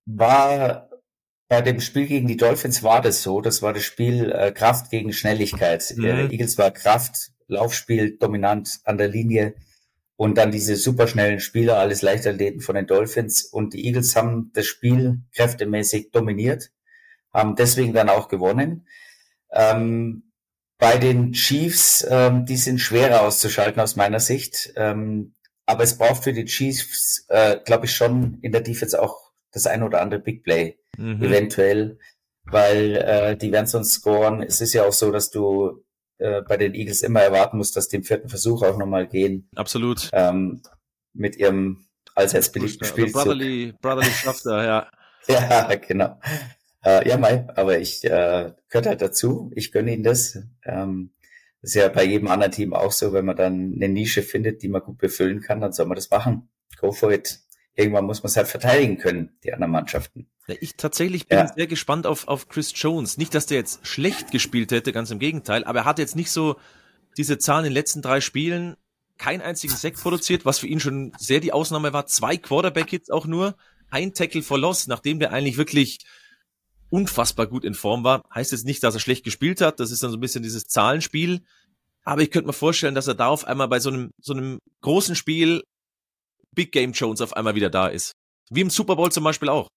war bei dem Spiel gegen die Dolphins war das so. Das war das Spiel äh, Kraft gegen Schnelligkeit. Mhm. Äh, Eagles war Kraft, Laufspiel dominant an der Linie und dann diese superschnellen Spieler, alles Leichtathleten von den Dolphins. Und die Eagles haben das Spiel kräftemäßig dominiert, haben deswegen dann auch gewonnen. Ähm, bei den Chiefs, ähm, die sind schwerer auszuschalten aus meiner Sicht. Ähm, aber es braucht für die Chiefs, äh, glaube ich, schon in der Defense auch das ein oder andere Big Play, mhm. eventuell, weil äh, die werden sonst scoren. Es ist ja auch so, dass du äh, bei den Eagles immer erwarten musst, dass die im vierten Versuch auch nochmal gehen. Absolut. Ähm, mit ihrem allseits beliebten Spielzug. Also Brotherly, Brotherly schafft er, ja. Ja, genau. Äh, ja, Mai, aber ich äh, gehört halt dazu. Ich gönne ihnen das. Ähm, das ist ja bei jedem anderen Team auch so, wenn man dann eine Nische findet, die man gut befüllen kann, dann soll man das machen. Go for it. Irgendwann muss man es halt verteidigen können, die anderen Mannschaften. Ja, ich tatsächlich bin ja. sehr gespannt auf, auf Chris Jones. Nicht, dass der jetzt schlecht gespielt hätte, ganz im Gegenteil, aber er hat jetzt nicht so diese Zahlen in den letzten drei Spielen, keinen einzigen Sack produziert, was für ihn schon sehr die Ausnahme war. Zwei Quarterback-Hits auch nur, ein Tackle for Loss, nachdem der eigentlich wirklich unfassbar gut in Form war. Heißt jetzt nicht, dass er schlecht gespielt hat, das ist dann so ein bisschen dieses Zahlenspiel, aber ich könnte mir vorstellen, dass er da auf einmal bei so einem, so einem großen Spiel Big Game Jones auf einmal wieder da ist. Wie im Super Bowl zum Beispiel auch.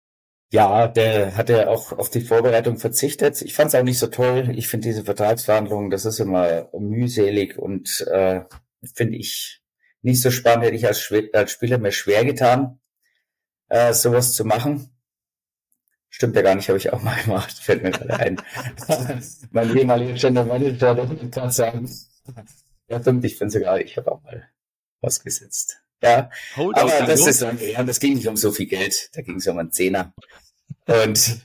Ja, der hat ja auch auf die Vorbereitung verzichtet. Ich fand es auch nicht so toll. Ich finde diese Vertragsverhandlungen, das ist immer mühselig und äh, finde ich nicht so spannend. Hätte ich als, Schw- als Spieler mir schwer getan, äh, sowas zu machen. Stimmt ja gar nicht, habe ich auch mal gemacht. Fällt mir gerade ein. Mein ehemaliger General Manager kann sagen, ja stimmt, ich finde sogar, ich habe auch mal was gesetzt. Ja, Hold aber das ist dann, ja, das ging nicht um so viel Geld, da ging es um einen Zehner. Und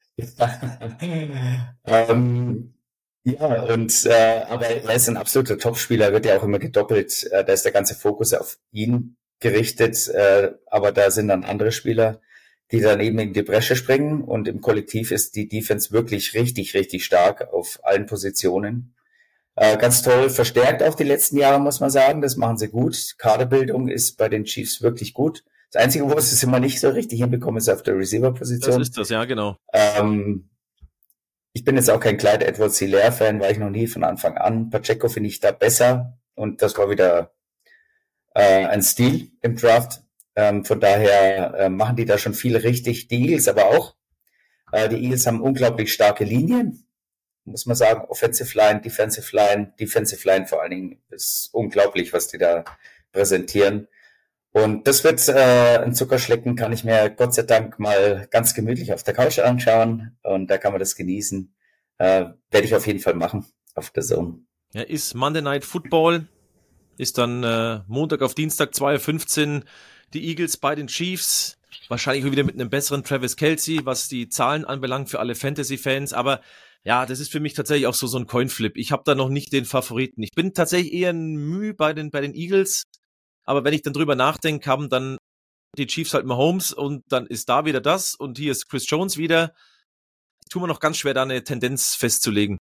ähm, ja, und äh, aber er ist ein absoluter Topspieler, wird ja auch immer gedoppelt. Äh, da ist der ganze Fokus auf ihn gerichtet, äh, aber da sind dann andere Spieler, die dann eben in die Bresche springen. Und im Kollektiv ist die Defense wirklich richtig, richtig stark auf allen Positionen. Äh, ganz toll verstärkt auch die letzten Jahre, muss man sagen. Das machen sie gut. Kaderbildung ist bei den Chiefs wirklich gut. Das Einzige, wo sie es immer nicht so richtig hinbekommen, ist auf der Receiver-Position. Das ist das, ja, genau. Ähm, ich bin jetzt auch kein Clyde Edwards-Hilaire-Fan, war ich noch nie von Anfang an. Pacheco finde ich da besser. Und das war wieder äh, ein Stil im Draft. Ähm, von daher äh, machen die da schon viel richtig. Die Eagles aber auch. Äh, die Eagles haben unglaublich starke Linien. Muss man sagen, Offensive Line, Defensive Line, Defensive Line vor allen Dingen, ist unglaublich, was die da präsentieren. Und das wird äh, ein Zuckerschlecken, kann ich mir Gott sei Dank mal ganz gemütlich auf der Couch anschauen und da kann man das genießen. Äh, werde ich auf jeden Fall machen, auf der Zone. Ja, ist Monday Night Football, ist dann äh, Montag auf Dienstag zwei Uhr fünfzehn die Eagles bei den Chiefs. Wahrscheinlich wieder mit einem besseren Travis Kelce, was die Zahlen anbelangt für alle Fantasy-Fans, aber ja, das ist für mich tatsächlich auch so, so ein Coinflip. Ich habe da noch nicht den Favoriten. Ich bin tatsächlich eher ein Mühe bei den, bei den Eagles. Aber wenn ich dann drüber nachdenke, haben dann die Chiefs halt Mahomes und dann ist da wieder das und hier ist Chris Jones wieder. Ich tue mir noch ganz schwer, da eine Tendenz festzulegen.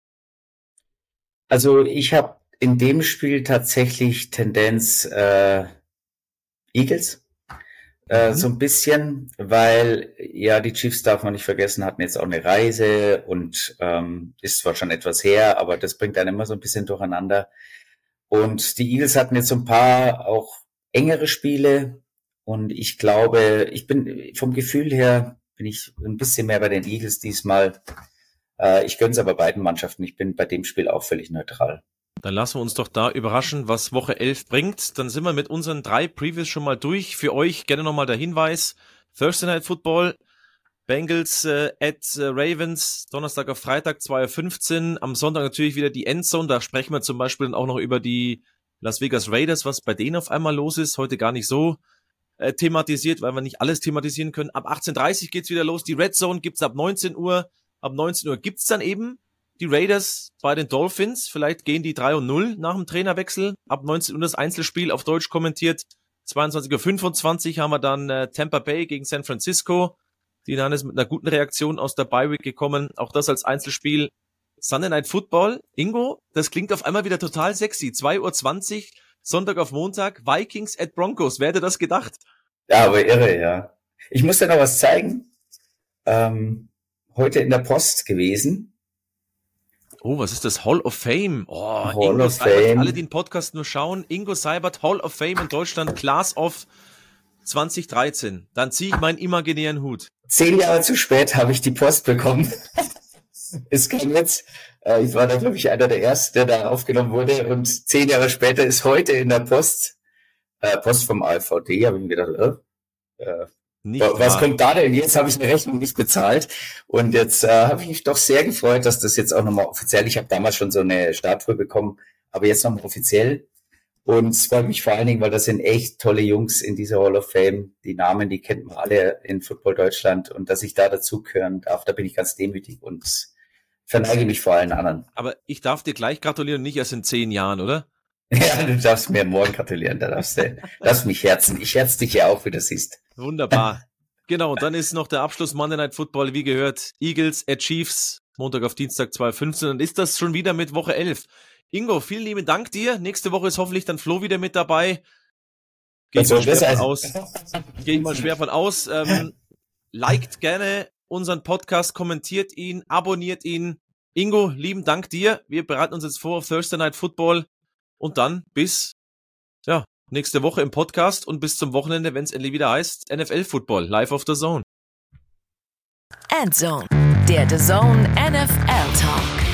Also ich habe in dem Spiel tatsächlich Tendenz äh, Eagles. Äh, mhm. So ein bisschen, weil ja die Chiefs, darf man nicht vergessen, hatten jetzt auch eine Reise und ähm, ist zwar schon etwas her, aber das bringt dann immer so ein bisschen durcheinander. Und die Eagles hatten jetzt so ein paar auch engere Spiele und ich glaube, ich bin vom Gefühl her, bin ich ein bisschen mehr bei den Eagles diesmal. Äh, ich gönn's aber beiden Mannschaften, ich bin bei dem Spiel auch völlig neutral. Dann lassen wir uns doch da überraschen, was Woche elf bringt. Dann sind wir mit unseren drei Previews schon mal durch. Für euch gerne nochmal der Hinweis. Thursday Night Football, Bengals äh, at äh, Ravens, Donnerstag auf Freitag zwei Uhr fünfzehn. Am Sonntag natürlich wieder die Endzone. Da sprechen wir zum Beispiel dann auch noch über die Las Vegas Raiders, was bei denen auf einmal los ist. Heute gar nicht so äh, thematisiert, weil wir nicht alles thematisieren können. Ab achtzehn Uhr dreißig geht's wieder los. Die Red Zone gibt's ab neunzehn Uhr. Ab neunzehn Uhr gibt's dann eben die Raiders bei den Dolphins. Vielleicht gehen die drei und null nach dem Trainerwechsel. Ab neunzehn Uhr das Einzelspiel auf Deutsch kommentiert. zweiundzwanzig Uhr fünfundzwanzig haben wir dann äh, Tampa Bay gegen San Francisco. Die dann ist mit einer guten Reaktion aus der Bye-Week gekommen. Auch das als Einzelspiel. Sunday Night Football. Ingo, das klingt auf einmal wieder total sexy. zwei Uhr zwanzig, Sonntag auf Montag. Vikings at Broncos. Wer hätte das gedacht? Ja, aber irre, ja. Ich muss dir noch was zeigen. Ähm, heute in der Post gewesen. Oh, was ist das? Hall of Fame. Oh, Hall Ingo of Seibert, Fame. alle, die den Podcast nur schauen. Ingo Seibert, Hall of Fame in Deutschland, Class of zwanzig dreizehn. Dann ziehe ich meinen imaginären Hut. Zehn Jahre zu spät habe ich die Post bekommen. Ist kein Witz. Äh, Ich war da, glaube ich, einer der Ersten, der da aufgenommen wurde. Und zehn Jahre später ist heute in der Post, äh, Post vom A V D, habe ich mir gedacht, äh, äh, Nicht was wahr. kommt da denn? Jetzt habe ich eine Rechnung nicht bezahlt. Und jetzt äh, habe ich mich doch sehr gefreut, dass das jetzt auch nochmal offiziell, ich habe damals schon so eine Statue bekommen, aber jetzt nochmal offiziell. Und es freut mich vor allen Dingen, weil das sind echt tolle Jungs in dieser Hall of Fame. Die Namen, die kennt man alle in Football Deutschland. Und dass ich da dazugehören darf, da bin ich ganz demütig und verneige mich vor allen anderen. Aber ich darf dir gleich gratulieren, nicht erst in zehn Jahren, oder? Ja, du darfst mir morgen gratulieren, da darfst du, darfst mich herzen. Ich herz dich ja auch, wie du siehst. Wunderbar. Genau, und dann ist noch der Abschluss Monday Night Football, wie gehört, Eagles at Chiefs, Montag auf Dienstag zwei Uhr fünfzehn. Und ist das schon wieder mit Woche elf. Ingo, vielen lieben Dank dir. Nächste Woche ist hoffentlich dann Flo wieder mit dabei. Gehe ich Das mal soll schwer besser von aus. Gehe ich mal schwer von aus. Ähm, liked gerne unseren Podcast, kommentiert ihn, abonniert ihn. Ingo, lieben Dank dir. Wir bereiten uns jetzt vor auf Thursday Night Football. Und dann bis, ja, nächste Woche im Podcast und bis zum Wochenende, wenn es endlich wieder heißt, N F L Football, live auf der Zone. Endzone, der The Zone N F L Talk.